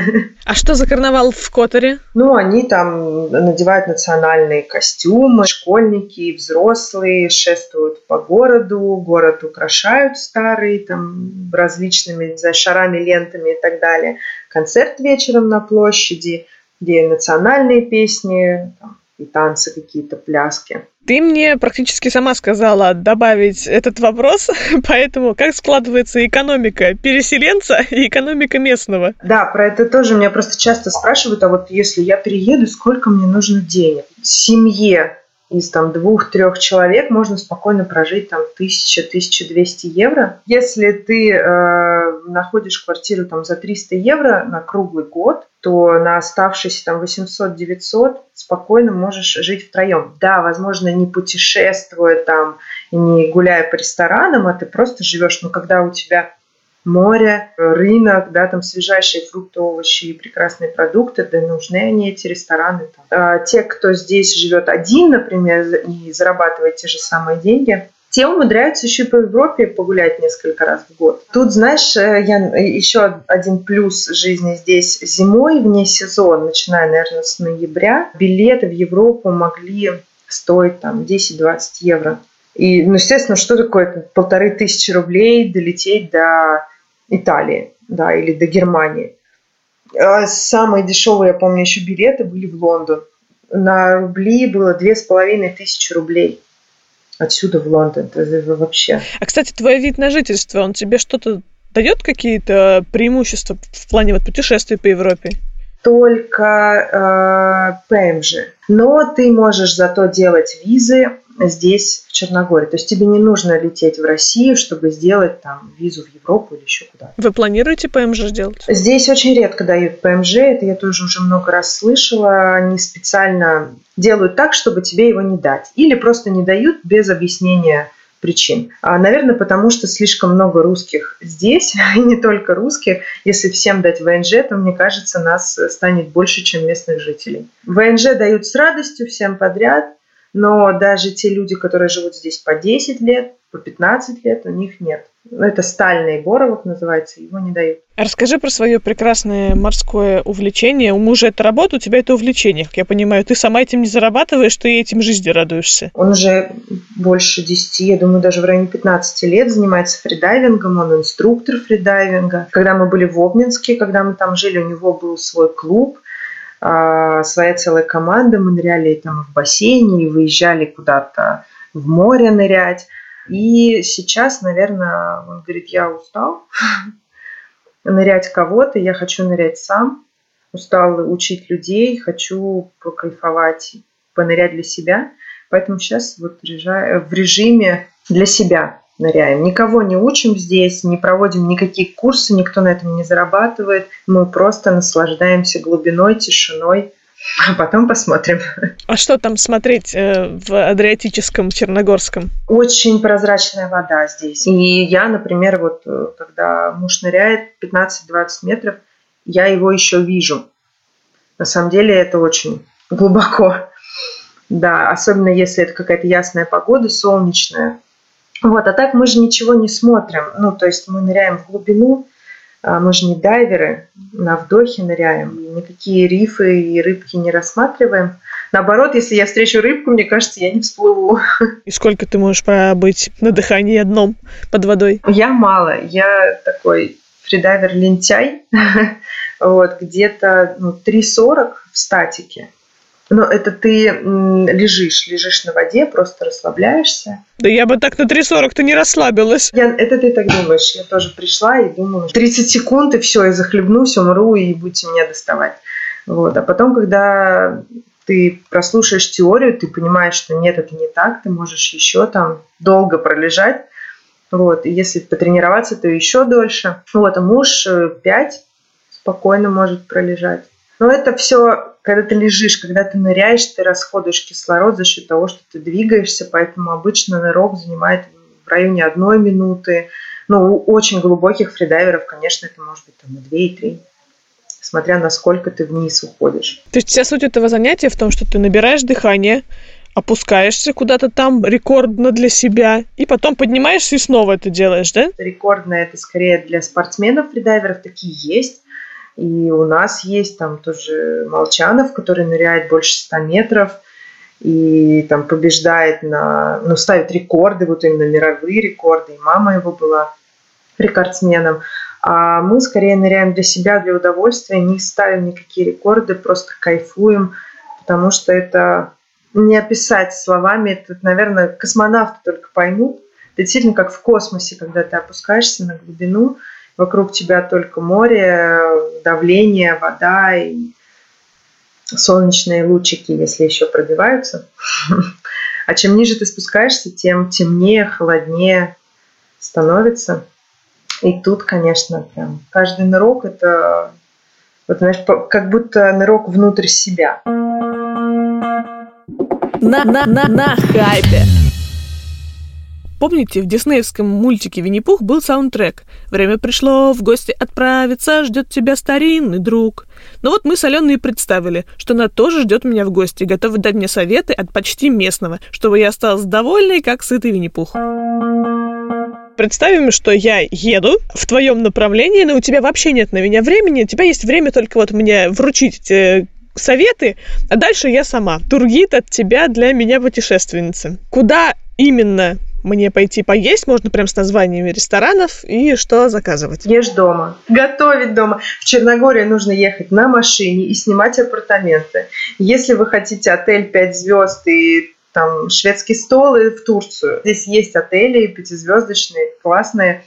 А что за карнавал в Которе? Ну, они там надевают национальные костюмы, школьники и взрослые шествуют по городу, город украшают старый, там, различными, не знаю, шарами, лентами и так далее. Концерт вечером на площади, где национальные песни, там, и танцы какие-то, пляски. Ты мне практически сама сказала добавить этот вопрос, поэтому как складывается экономика переселенца и экономика местного? Да, про это тоже меня просто часто спрашивают, а вот если я перееду, сколько мне нужно денег? Семье из там 2-3 человек можно спокойно прожить там 1000-1200 евро. Если ты находишь квартиру там за 300 евро на круглый год, то на оставшиеся там 800-900 спокойно можешь жить втроем. Да, возможно, не путешествуя там и не гуляя по ресторанам, а ты просто живешь, но когда у тебя море, рынок, да, там свежайшие фрукты, овощи и прекрасные продукты, да нужны они, эти рестораны. Там. Те, кто здесь живет один, например, и зарабатывает те же самые деньги, те умудряются еще и по Европе погулять несколько раз в год. Тут, знаешь, еще один плюс жизни здесь зимой, вне сезона, начиная, наверное, с ноября, билеты в Европу могли стоить там 10-20 евро. И, ну, естественно, что такое 1500 рублей долететь до Италии, да, или до Германии. Самые дешевые, я помню, еще билеты были в Лондон. На рубли было 2500 рублей. Отсюда в Лондон. Это вообще. А, кстати, твой вид на жительство, он тебе что-то дает, какие-то преимущества в плане вот путешествий по Европе? Только ПМЖ. Но ты можешь зато делать визы здесь, в Черногории. То есть тебе не нужно лететь в Россию, чтобы сделать там визу в Европу или еще куда-то. Вы планируете ПМЖ делать? Здесь очень редко дают ПМЖ. Это я тоже уже много раз слышала. Они специально делают так, чтобы тебе его не дать. Или просто не дают без объяснения причин. Наверное, потому что слишком много русских здесь, и не только русских. Если всем дать ВНЖ, то, мне кажется, нас станет больше, чем местных жителей. ВНЖ дают с радостью всем подряд, но даже те люди, которые живут здесь по 10 лет, по 15 лет, у них нет. Это стальный боровик называется, его не дают. Расскажи про свое прекрасное морское увлечение. У мужа это работа, у тебя это увлечение. Как я понимаю, ты сама этим не зарабатываешь, ты этим жизни радуешься. Он уже больше 10, я думаю, даже в районе 15 лет занимается фридайвингом, он инструктор фридайвинга. Когда мы были в Обнинске, когда мы там жили, у него был свой клуб, своя целая команда, мы ныряли там в бассейне и выезжали куда-то в море нырять. И сейчас, наверное, он говорит, я устал нырять кого-то, я хочу нырять сам, устал учить людей, хочу покайфовать, понырять для себя. Поэтому сейчас вот в режиме для себя ныряем. Никого не учим здесь, не проводим никакие курсы, никто на этом не зарабатывает. Мы просто наслаждаемся глубиной, тишиной. А потом посмотрим. А что там смотреть в Адриатическом, Черногорском? Очень прозрачная вода здесь. И я, например, вот когда муж ныряет 15-20 метров, я его еще вижу. На самом деле это очень глубоко. Да, особенно если это какая-то ясная погода, солнечная. Вот, а так мы же ничего не смотрим. Ну, то есть мы ныряем в глубину, мы же не дайверы, на вдохе ныряем, никакие рифы и рыбки не рассматриваем. Наоборот, если я встречу рыбку, мне кажется, я не всплыву. И сколько ты можешь пробыть на дыхании одном под водой? Я мало, я такой фридайвер-лентяй, вот, где-то 3:40 в статике. Но это ты лежишь на воде, просто расслабляешься. Да я бы так на 3:40-то не расслабилась. Это ты так думаешь. Я тоже пришла и думала, 30 секунд, и все, я захлебнусь, умру, и будете меня доставать. Вот. А потом, когда ты прослушаешь теорию, ты понимаешь, что нет, это не так, ты можешь еще там долго пролежать. Вот. И если потренироваться, то еще дольше. Вот. А муж 5 спокойно может пролежать. Но это все, когда ты лежишь, когда ты ныряешь, ты расходуешь кислород за счет того, что ты двигаешься, поэтому обычно нырок занимает в районе 1 минуты. Ну, у очень глубоких фридайверов, конечно, это может быть там и 2, и 3, смотря насколько ты вниз уходишь. То есть вся суть этого занятия в том, что ты набираешь дыхание, опускаешься куда-то там рекордно для себя, и потом поднимаешься и снова это делаешь, да? Рекордно это скорее для спортсменов, фридайверов, такие есть. И у нас есть там тоже Молчанов, который ныряет больше 100 метров и там побеждает ставит рекорды, вот именно мировые рекорды. И мама его была рекордсменом. А мы скорее ныряем для себя, для удовольствия, не ставим никакие рекорды, просто кайфуем, потому что это не описать словами. Это, наверное, космонавты только поймут. Это действительно как в космосе, когда ты опускаешься на глубину, вокруг тебя только море, давление, вода и солнечные лучики, если еще пробиваются. А чем ниже ты спускаешься, тем темнее, холоднее становится. И тут, конечно, прям каждый нырок – это, вот, знаешь, как будто нырок внутрь себя. На хайпе. Помните, в диснеевском мультике «Винни-Пух» был саундтрек «Время пришло, в гости отправиться, ждет тебя старинный друг». Но вот мы с Аленой и представили, что она тоже ждет меня в гости и готова дать мне советы от почти местного, чтобы я осталась довольной, как сытый Винни-Пух. Представим, что я еду в твоем направлении, но у тебя вообще нет на меня времени, у тебя есть время только вот мне вручить советы, а дальше я сама. Тургид от тебя для меня путешественницы. Куда именно мне пойти поесть? Можно прям с названиями ресторанов и что заказывать. Ешь дома, готовить дома. В Черногорию нужно ехать на машине и снимать апартаменты. Если вы хотите отель 5 звезд и там шведский стол, и в Турцию. Здесь есть отели 5-звездочные, классные,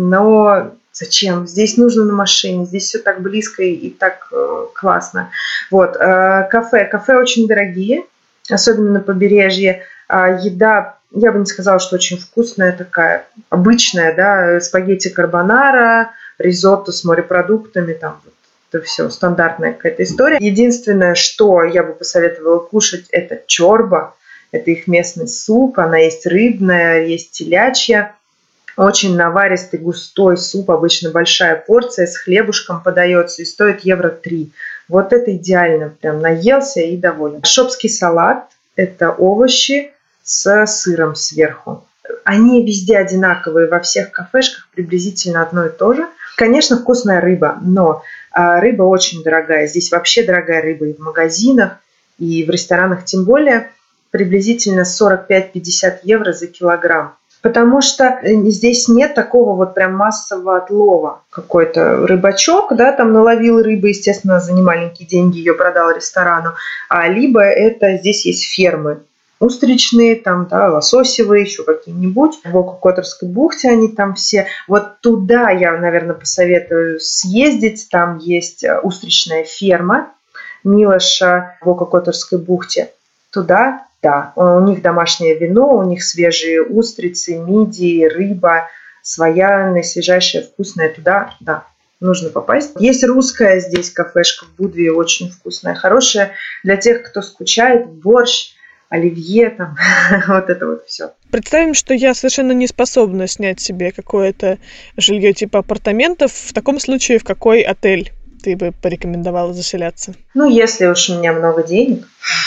но зачем? Здесь нужно на машине, здесь все так близко и так классно. Вот. Кафе очень дорогие, особенно на побережье. Еда, я бы не сказала, что очень вкусная такая, обычная, да, спагетти карбонара, ризотто с морепродуктами, там вот, это все стандартная какая-то история. Единственное, что я бы посоветовала кушать, это чорба. Это их местный суп, она есть рыбная, есть телячья. Очень наваристый, густой суп, обычно большая порция, с хлебушком подается и стоит 3 евро. Вот это идеально, прям наелся и доволен. Шопский салат – это овощи с сыром сверху. Они везде одинаковые, во всех кафешках приблизительно одно и то же. Конечно, вкусная рыба, но рыба очень дорогая. Здесь вообще дорогая рыба и в магазинах, и в ресторанах тем более. Приблизительно 45-50 евро за килограмм. Потому что здесь нет такого вот прям массового отлова. Какой-то рыбачок, да, там наловил рыбы, естественно, за немаленькие деньги ее продал ресторану. Либо это здесь есть фермы. Устричные, там, да, лососевые, еще какие-нибудь. В Ококоторской бухте они там все. Вот туда я, наверное, посоветую съездить. Там есть устричная ферма Милоша в Ококоторской бухте. Туда, да, у них домашнее вино, у них свежие устрицы, мидии, рыба, своя, наисвежайшая, вкусная. Туда, да, нужно попасть. Есть русская здесь кафешка в Будве, очень вкусная, хорошая. Для тех, кто скучает, борщ, оливье, там, вот это вот все. Представим, что я совершенно не способна снять себе какое-то жилье типа апартаментов. В таком случае в какой отель ты бы порекомендовала заселяться? Ну, если уж у меня много денег,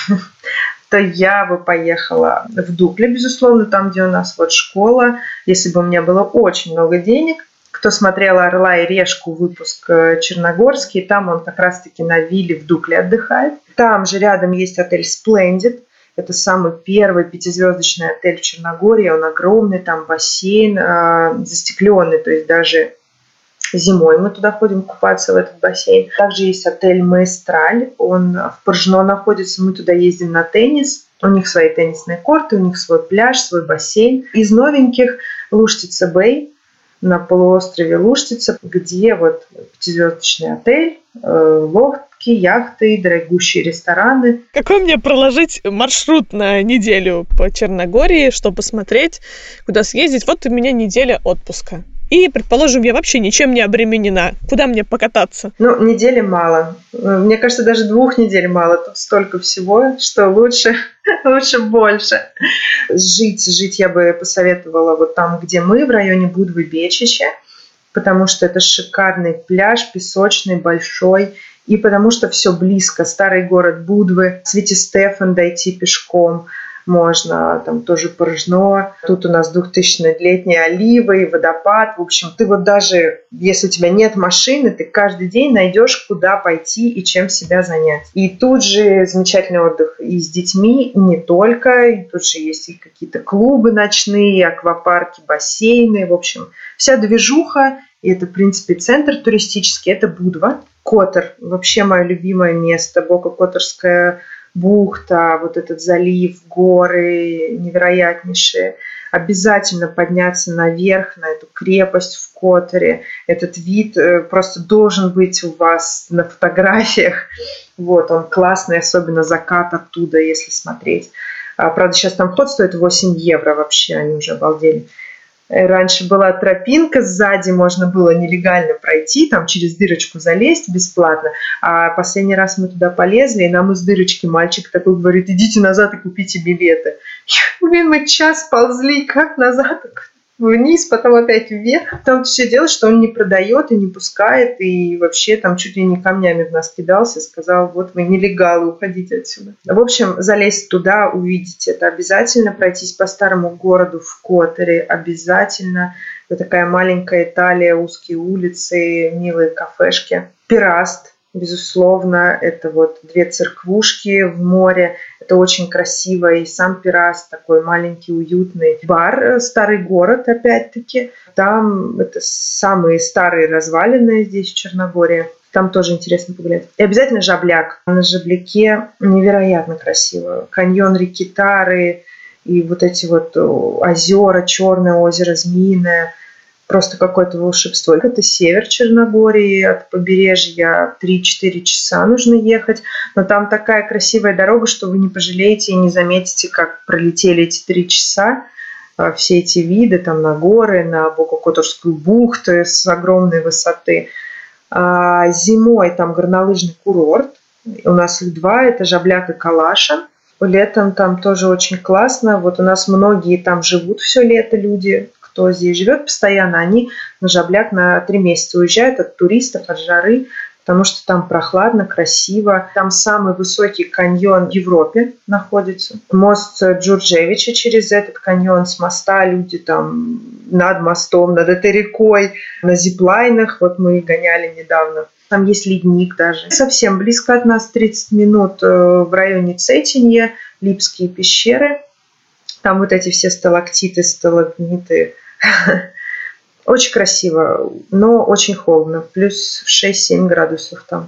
то я бы поехала в Дукле, безусловно, там, где у нас вот школа. Если бы у меня было очень много денег. Кто смотрел «Орла и решку», выпуск черногорский, там он как раз-таки на вилле в Дукле отдыхает. Там же рядом есть отель Splendid. Это самый первый 5-звездочный отель в Черногории. Он огромный, там бассейн застекленный, то есть даже Зимой мы туда ходим купаться, в этот бассейн. Также есть отель Маэстраль, он в Поржно находится, мы туда ездим на теннис. У них свои теннисные корты, у них свой пляж, свой бассейн. Из новеньких Луштица Бэй на полуострове Луштица, где вот пятизвездочный отель, лодки, яхты, дорогущие рестораны. Какой мне проложить маршрут на неделю по Черногории, что посмотреть, куда съездить? Вот у меня неделя отпуска. И, предположим, я вообще ничем не обременена. Куда мне покататься? Недели мало. Мне кажется, даже 2 недель мало. Тут столько всего, что лучше больше. Жить я бы посоветовала вот там, где мы, в районе Будвы-Бечича, потому что это шикарный пляж, песочный, большой, и потому что все близко. Старый город Будвы, Свети-Стефан дойти пешком можно, там тоже Поржно. Тут у нас 2000-летние оливы, водопад. В общем, ты вот даже, если у тебя нет машины, ты каждый день найдешь, куда пойти и чем себя занять. И тут же замечательный отдых и с детьми, и не только. И тут же есть и какие-то клубы ночные, аквапарки, бассейны. В общем, вся движуха. И это, в принципе, центр туристический. Это Будва. Котор. Вообще мое любимое место. Бока-Которская бухта, вот этот залив, горы невероятнейшие. Обязательно подняться наверх, на эту крепость в Которе. Этот вид просто должен быть у вас на фотографиях. Вот, он классный, особенно закат оттуда, если смотреть. Правда, сейчас там вход стоит 8 евро вообще, они уже обалдели. Раньше была тропинка, сзади можно было нелегально пройти, там через дырочку залезть бесплатно. А последний раз мы туда полезли, и нам из дырочки мальчик такой говорит: идите назад и купите билеты. Блин, мы час ползли, как назад, вниз, потом опять вверх. Там все дело, что он не продает и не пускает, и вообще там чуть ли не камнями в нас кидался, сказал: вот вы нелегалы, уходите отсюда. В общем, залезть туда, увидеть это обязательно, пройтись по старому городу в Которе обязательно. Вот такая маленькая Италия, узкие улицы, милые кафешки. Пираст, безусловно, это вот 2 церквушки в море. Это очень красиво. И сам Пираст такой маленький, уютный бар. Старый город, опять-таки. Там это самые старые развалины здесь, в Черногории. Там тоже интересно погулять. И обязательно Жабляк. На Жабляке невероятно красиво. Каньон реки Тары и вот эти вот озера, Черное озеро, Змеиное. Просто какое-то волшебство. Это север Черногории, от побережья 3-4 часа нужно ехать, но там такая красивая дорога, что вы не пожалеете и не заметите, как пролетели эти 3 часа. Все эти виды там на горы, на Бока-Которскую бухту с огромной высоты. А зимой там горнолыжный курорт. У нас их 2, это Жабляк и Калаша. Летом там тоже очень классно. Вот у нас многие там живут все лето люди, кто здесь живет постоянно, они на Жабляк на 3 месяца уезжают от туристов, от жары, потому что там прохладно, красиво. Там самый высокий каньон в Европе находится. Мост Джурджевича, через этот каньон с моста люди там над мостом, над этой рекой, на зиплайнах. Вот мы гоняли недавно. Там есть ледник даже. Совсем близко от нас, 30 минут, в районе Цетинье, Липские пещеры. Там вот эти все сталактиты, сталагмиты. Очень красиво, но очень холодно. Плюс 6-7 градусов там.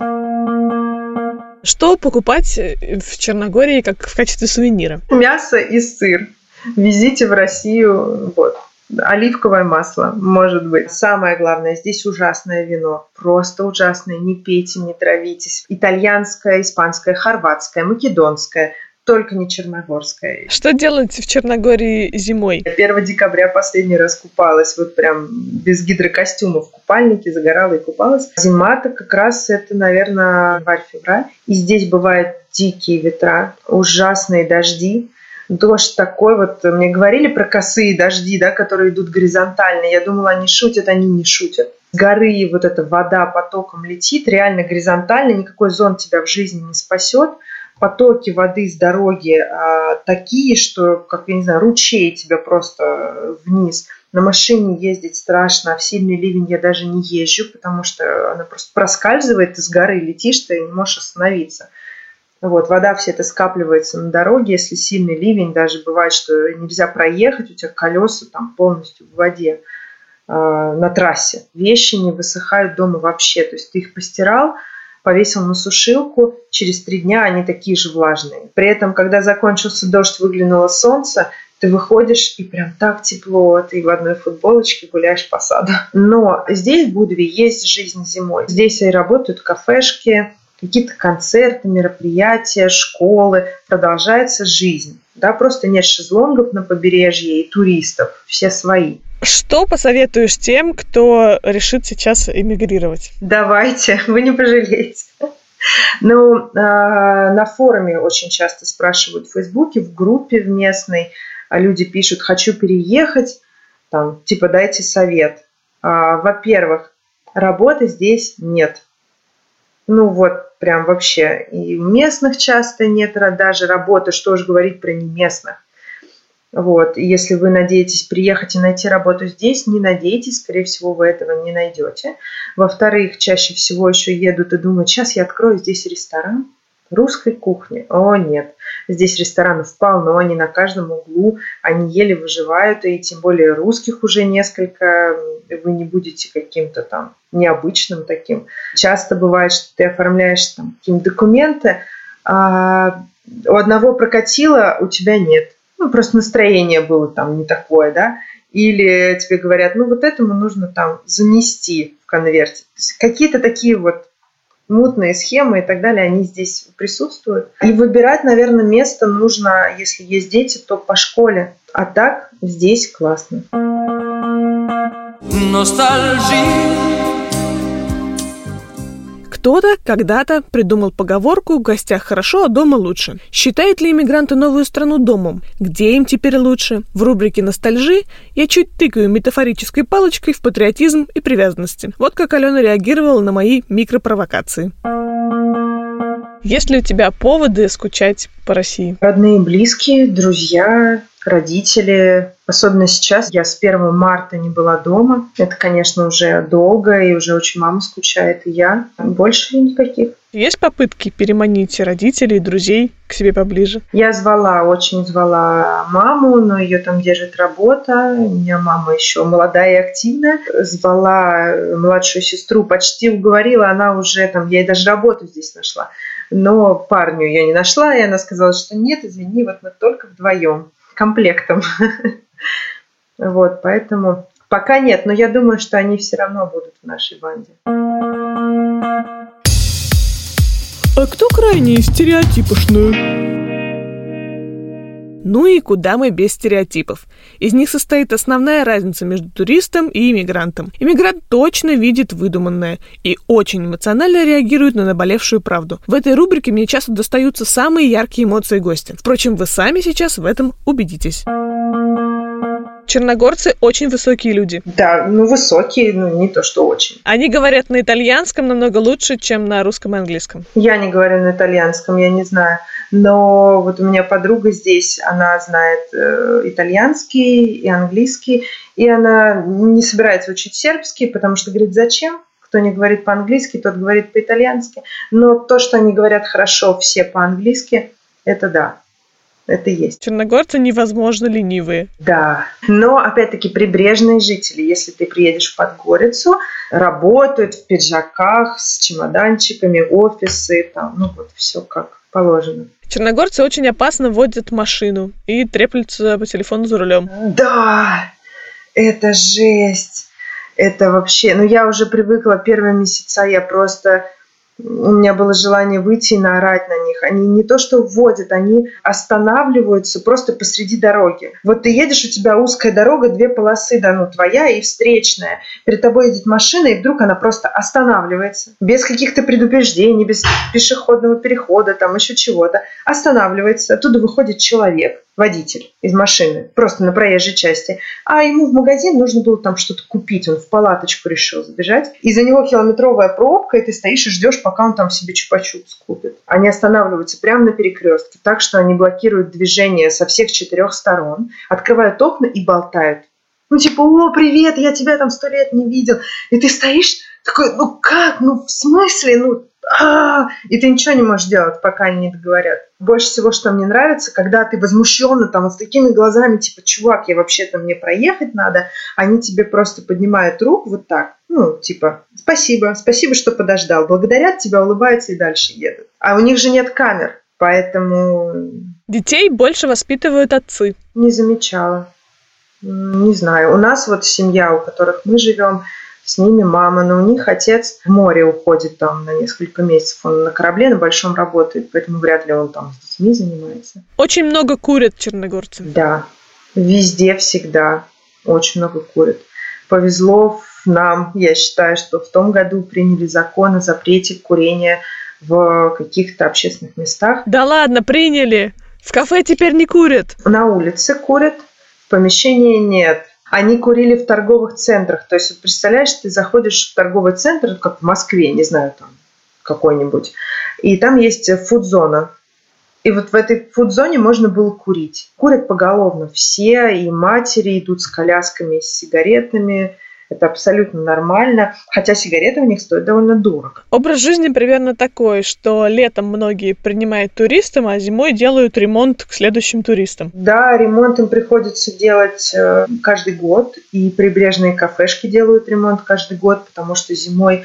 Что покупать в Черногории как в качестве сувенира? Мясо и сыр. Везите в Россию. Вот. Оливковое масло, может быть. Самое главное, здесь ужасное вино. Просто ужасное. Не пейте, не травитесь. Итальянское, испанское, хорватское, македонское. Только не черногорская. Что делать в Черногории зимой? 1 декабря последний раз купалась, вот прям без гидрокостюма в купальнике, загорала и купалась. Зима-то как раз это, наверное, январь-февраль. И здесь бывают дикие ветра, ужасные дожди. Дождь такой вот, мне говорили про косые дожди, да, которые идут горизонтально. Я думала, они шутят, они не шутят. С горы вот эта вода потоком летит, реально горизонтально, никакой зонт тебя в жизни не спасет. Потоки воды с дороги такие, что, как, я не знаю, ручей тебя просто вниз. На машине ездить страшно, а в сильный ливень я даже не езжу, потому что она просто проскальзывает из горы, летишь, ты не можешь остановиться. Вот, вода вся это скапливается на дороге, если сильный ливень, даже бывает, что нельзя проехать, у тебя колеса там полностью в воде. на трассе. Вещи не высыхают дома вообще. То есть ты их постирал, повесил на сушилку, через 3 дня они такие же влажные. При этом, когда закончился дождь, выглянуло солнце, ты выходишь, и прям так тепло, ты в одной футболочке гуляешь по саду. Но здесь, в Будве, есть жизнь зимой. Здесь и работают кафешки, какие-то концерты, мероприятия, школы. Продолжается жизнь. Да, просто нет шезлонгов на побережье и туристов. Все свои. Что посоветуешь тем, кто решит сейчас эмигрировать? Давайте, вы не пожалеете. Ну, на форуме очень часто спрашивают в Фейсбуке, в группе в местной. Люди пишут: хочу переехать, там, типа дайте совет. Во-первых, работы здесь нет. Ну вот, прям вообще. И у местных часто нет даже работы, что уж говорить про неместных. Вот. И если вы надеетесь приехать и найти работу здесь, не надейтесь, скорее всего, вы этого не найдете. Во-вторых, чаще всего еще едут и думают: сейчас я открою здесь ресторан русской кухни. О, нет. Здесь ресторанов полно, они на каждом углу, они еле выживают, и тем более русских уже несколько, вы не будете каким-то там необычным таким. Часто бывает, что ты оформляешь там какие-то документы, а у одного прокатило, у тебя нет. Ну, просто настроение было там не такое, да. Или тебе говорят: ну, вот этому нужно там занести в конверте. Какие-то такие вот мутные схемы и так далее, они здесь присутствуют. И выбирать, наверное, место нужно, если есть дети, то по школе. А так здесь классно. Кто-то когда-то придумал поговорку: в гостях хорошо, а дома лучше. Считают ли иммигранты новую страну домом? Где им теперь лучше? В рубрике «Ностальжи» я чуть тыкаю метафорической палочкой в патриотизм и привязанности. Вот как Алена реагировала на мои микропровокации. Есть ли у тебя поводы скучать по России? Родные, близкие, друзья, родители. Особенно сейчас. Я с 1 марта не была дома. Это, конечно, уже долго, и уже очень мама скучает, и я. Больше никаких. Есть попытки переманить родителей, друзей к себе поближе? Я очень звала маму, но ее там держит работа. У меня мама еще молодая и активная. Звала младшую сестру, почти уговорила, она уже там, я ей даже работу здесь нашла. Но парню я не нашла, и она сказала, что нет, извини, вот мы только вдвоем, комплектом. Вот, поэтому пока нет, но я думаю, что они все равно будут в нашей банде. А кто крайне стереотипошный? Ну и куда мы без стереотипов? Из них состоит основная разница между туристом и иммигрантом. Иммигрант точно видит выдуманное и очень эмоционально реагирует на наболевшую правду. В этой рубрике мне часто достаются самые яркие эмоции гостя. Впрочем, вы сами сейчас в этом убедитесь. Черногорцы очень высокие люди. Да, высокие, не то что очень. Они говорят на итальянском намного лучше, чем на русском и английском. Я не говорю на итальянском, я не знаю. Но вот у меня подруга здесь, она знает итальянский и английский, и она не собирается учить сербский, потому что говорит: зачем? Кто не говорит по-английски, тот говорит по-итальянски. Но то, что они говорят хорошо все по-английски, это да. Это есть. Черногорцы невозможно ленивые. Да. Но, опять-таки, прибрежные жители, если ты приедешь в Подгорицу, работают в пиджаках, с чемоданчиками, офисы, там, вот все как положено. Черногорцы очень опасно водят машину и треплются по телефону за рулем. Да, это жесть. Это вообще... я уже привыкла, первые месяца я просто... У меня было желание выйти и наорать на них. Они не то что вводят, они останавливаются просто посреди дороги. Вот ты едешь, у тебя узкая дорога, 2 полосы, твоя и встречная. Перед тобой едет машина, и вдруг она просто останавливается. Без каких-то предупреждений, без пешеходного перехода, там еще чего-то. Останавливается. Оттуда выходит человек, водитель из машины, просто на проезжей части. А ему в магазин нужно было там что-то купить. Он в палаточку решил забежать. И за него километровая пробка, и ты стоишь и ждешь, пока он там себе чупа-чупс купит. Они останавливаются прямо на перекрестке, так что они блокируют движение со всех 4 сторон, открывают окна и болтают. О, привет, я тебя там 100 лет не видел. И ты стоишь такой: как? В смысле? и ты ничего не можешь делать, пока они не договорят. Больше всего, что мне нравится, когда ты возмущенно там с такими глазами, типа, чувак, я вообще-то мне проехать надо, они тебе просто поднимают руку вот так, типа, спасибо, что подождал, благодарят тебя, улыбаются и дальше едут. А у них же нет камер, поэтому... Детей больше воспитывают отцы. Не замечала. Не знаю. У нас вот семья, у которых мы живем, с ними мама, но у них отец в море уходит там на несколько месяцев. Он на корабле на большом работает, поэтому вряд ли он там с детьми занимается. Очень много курят черногорцы. Да, везде всегда очень много курят. Повезло нам, я считаю, что в том году приняли закон о запрете курения в каких-то общественных местах. Да ладно, приняли! В кафе теперь не курят. На улице курят, в помещении нет. Они курили в торговых центрах. То есть, вот представляешь, ты заходишь в торговый центр, как в Москве, не знаю, там какой-нибудь, и там есть фуд-зона. И вот в этой фуд-зоне можно было курить. Курят поголовно все, и матери идут с колясками, с сигаретами. Это абсолютно нормально, хотя сигареты у них стоят довольно дорого. Образ жизни примерно такой, что летом многие принимают туристам, а зимой делают ремонт к следующим туристам. Да, ремонт им приходится делать каждый год, и прибрежные кафешки делают ремонт каждый год, потому что зимой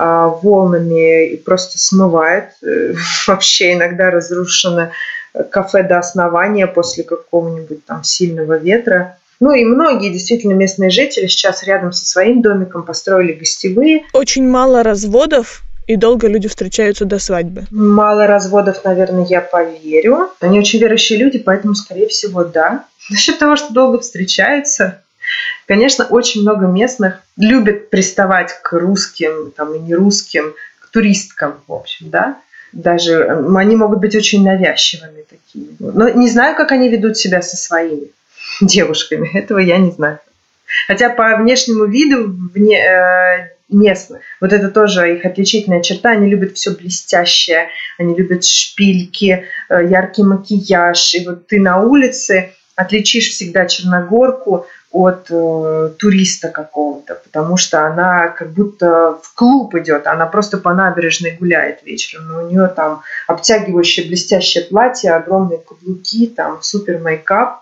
волнами просто смывает. Вообще иногда разрушено кафе до основания после какого-нибудь там сильного ветра. И многие действительно местные жители сейчас рядом со своим домиком построили гостевые. Очень мало разводов, и долго люди встречаются до свадьбы. Мало разводов, наверное, я поверю. Они очень верующие люди, поэтому, скорее всего, да. Насчет того, что долго встречаются, конечно, очень много местных любят приставать к русским, там, и нерусским, к туристкам, в общем, да. Даже они могут быть очень навязчивыми такими. Но не знаю, как они ведут себя со своими девушками. Этого я не знаю. Хотя по внешнему виду местных, вот это тоже их отличительная черта, они любят все блестящее, они любят шпильки, яркий макияж. И вот ты на улице отличишь всегда черногорку от туриста какого-то, потому что она как будто в клуб идет, она просто по набережной гуляет вечером, но у нее там обтягивающее блестящее платье, огромные каблуки, там супер мейкап.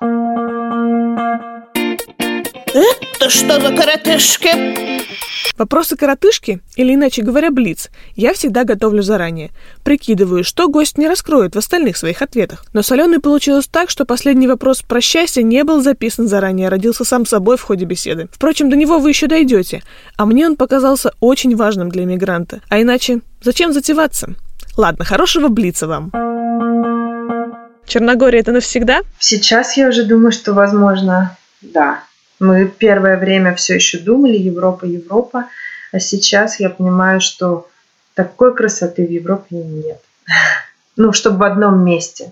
Это что за коротышки? Вопросы коротышки, или иначе говоря, блиц, я всегда готовлю заранее. Прикидываю, что гость не раскроет в остальных своих ответах. Но с Аленой получилось так, что последний вопрос про счастье не был записан заранее, родился сам собой в ходе беседы. Впрочем, до него вы еще дойдете. А мне он показался очень важным для иммигранта. А иначе, зачем затеваться? Ладно, хорошего блица вам. Черногория — это навсегда? Сейчас я уже думаю, что, возможно, да. Мы первое время все еще думали Европа, а сейчас я понимаю, что такой красоты в Европе нет. Чтобы в одном месте,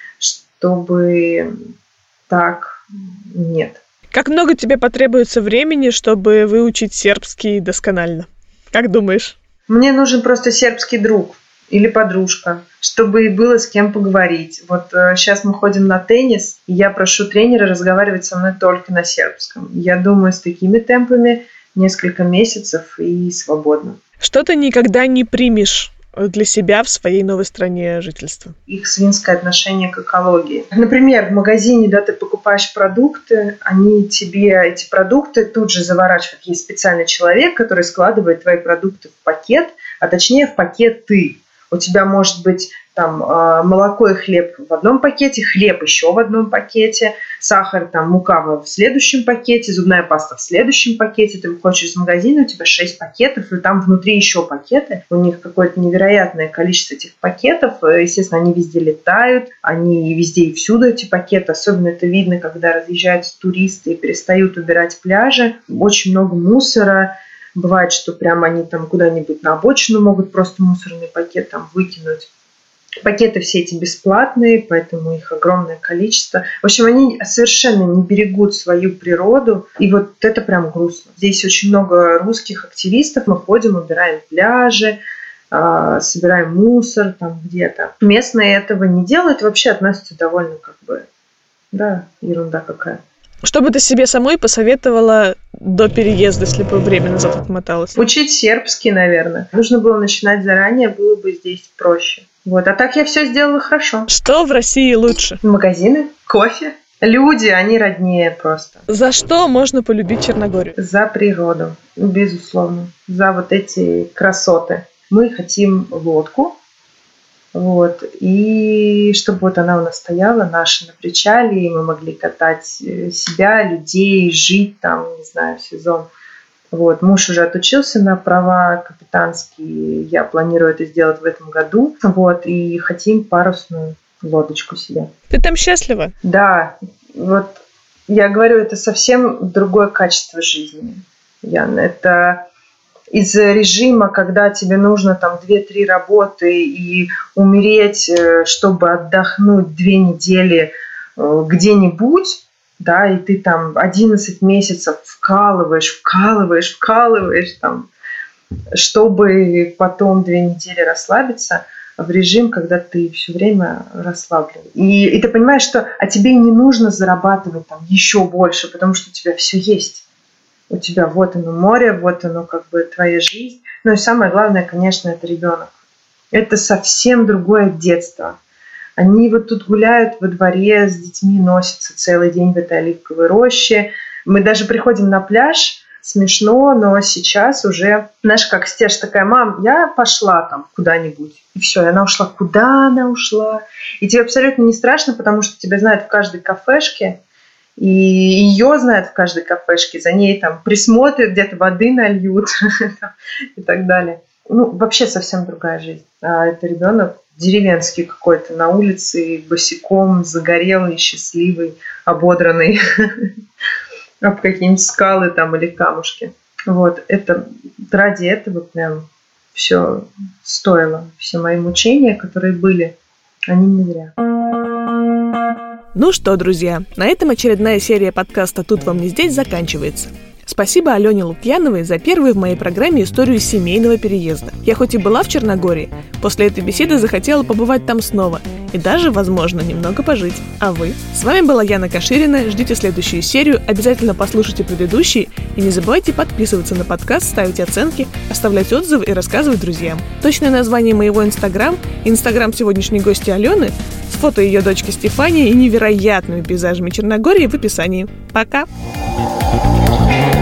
чтобы так нет. Как много тебе потребуется времени, чтобы выучить сербский досконально? Как думаешь? Мне нужен просто сербский друг или подружка, чтобы было с кем поговорить. Вот сейчас мы ходим на теннис, и я прошу тренера разговаривать со мной только на сербском. Я думаю, с такими темпами несколько месяцев и свободно. Что ты никогда не примешь для себя в своей новой стране жительства? Их свинское отношение к экологии. Например, в магазине, да, ты покупаешь продукты, они тебе эти продукты тут же заворачивают. Есть специальный человек, который складывает твои продукты в пакет, а точнее в пакеты. У тебя может быть там молоко и хлеб в одном пакете, хлеб еще в одном пакете, сахар, там, мука в следующем пакете, зубная паста в следующем пакете. Ты выходишь из магазина, у тебя 6 пакетов, и там внутри еще пакеты. У них какое-то невероятное количество этих пакетов. Естественно, они везде летают, они везде и всюду эти пакеты. Особенно это видно, когда разъезжаются туристы и перестают убирать пляжи. Очень много мусора. Бывает, что прямо они там куда-нибудь на обочину могут просто мусорный пакет там выкинуть. Пакеты все эти бесплатные, поэтому их огромное количество. В общем, они совершенно не берегут свою природу, и вот это прям грустно. Здесь очень много русских активистов, мы ходим, убираем пляжи, собираем мусор там где-то. Местные этого не делают, вообще относятся довольно ерунда какая. Что бы ты себе самой посоветовала до переезда, если бы время назад отмоталось? Учить сербский, наверное. Нужно было начинать заранее, было бы здесь проще. Вот. А так я все сделала хорошо. Что в России лучше? Магазины, кофе. Люди, они роднее просто. За что можно полюбить Черногорию? За природу, безусловно. За вот эти красоты. Мы хотим лодку. Вот. И чтобы вот она у нас стояла, наша, на причале, и мы могли катать себя, людей, жить там, не знаю, в сезон. Вот. Муж уже отучился на права капитанские. Я планирую это сделать в этом году. Вот. И хотим парусную лодочку себе. Ты там счастлива? Да. Вот я говорю, это совсем другое качество жизни, Яна. Это из режима, когда тебе нужно там 2-3 работы и умереть, чтобы отдохнуть 2 недели где-нибудь, да, и ты там 11 месяцев вкалываешь, там, чтобы потом 2 недели расслабиться, в режим, когда ты все время расслаблен. И ты понимаешь, что тебе не нужно зарабатывать там еще больше, потому что у тебя все есть. У тебя вот оно море, вот оно как бы твоя жизнь. Ну и самое главное, конечно, это ребенок. Это совсем другое детство. Они вот тут гуляют во дворе, с детьми носятся целый день в этой оливковой роще. Мы даже приходим на пляж, смешно, но сейчас уже, знаешь, как Стеж такая: мам, я пошла там куда-нибудь. И все, и она ушла. Куда она ушла? И тебе абсолютно не страшно, потому что тебя знают в каждой кафешке. И ее знают в каждой кафешке, за ней там присмотрят, где-то воды нальют и так далее. Ну, вообще совсем другая жизнь. А это ребенок деревенский какой-то, на улице, босиком, загорелый, счастливый, ободранный об какие-нибудь скалы там или камушки. Вот, это ради этого прям все стоило. Все мои мучения, которые были, они не зря. Ну что, друзья, на этом очередная серия подкаста «Тут вам не здесь» заканчивается. Спасибо Алене Лукьяновой за первую в моей программе историю семейного переезда. Я хоть и была в Черногории, после этой беседы захотела побывать там снова и даже, возможно, немного пожить. А вы? С вами была Яна Каширина. Ждите следующую серию, обязательно послушайте предыдущие и не забывайте подписываться на подкаст, ставить оценки, оставлять отзывы и рассказывать друзьям. Точное название моего инстаграм и инстаграм сегодняшней гости Алены с фото ее дочки Стефании и невероятными пейзажами Черногории в описании. Пока!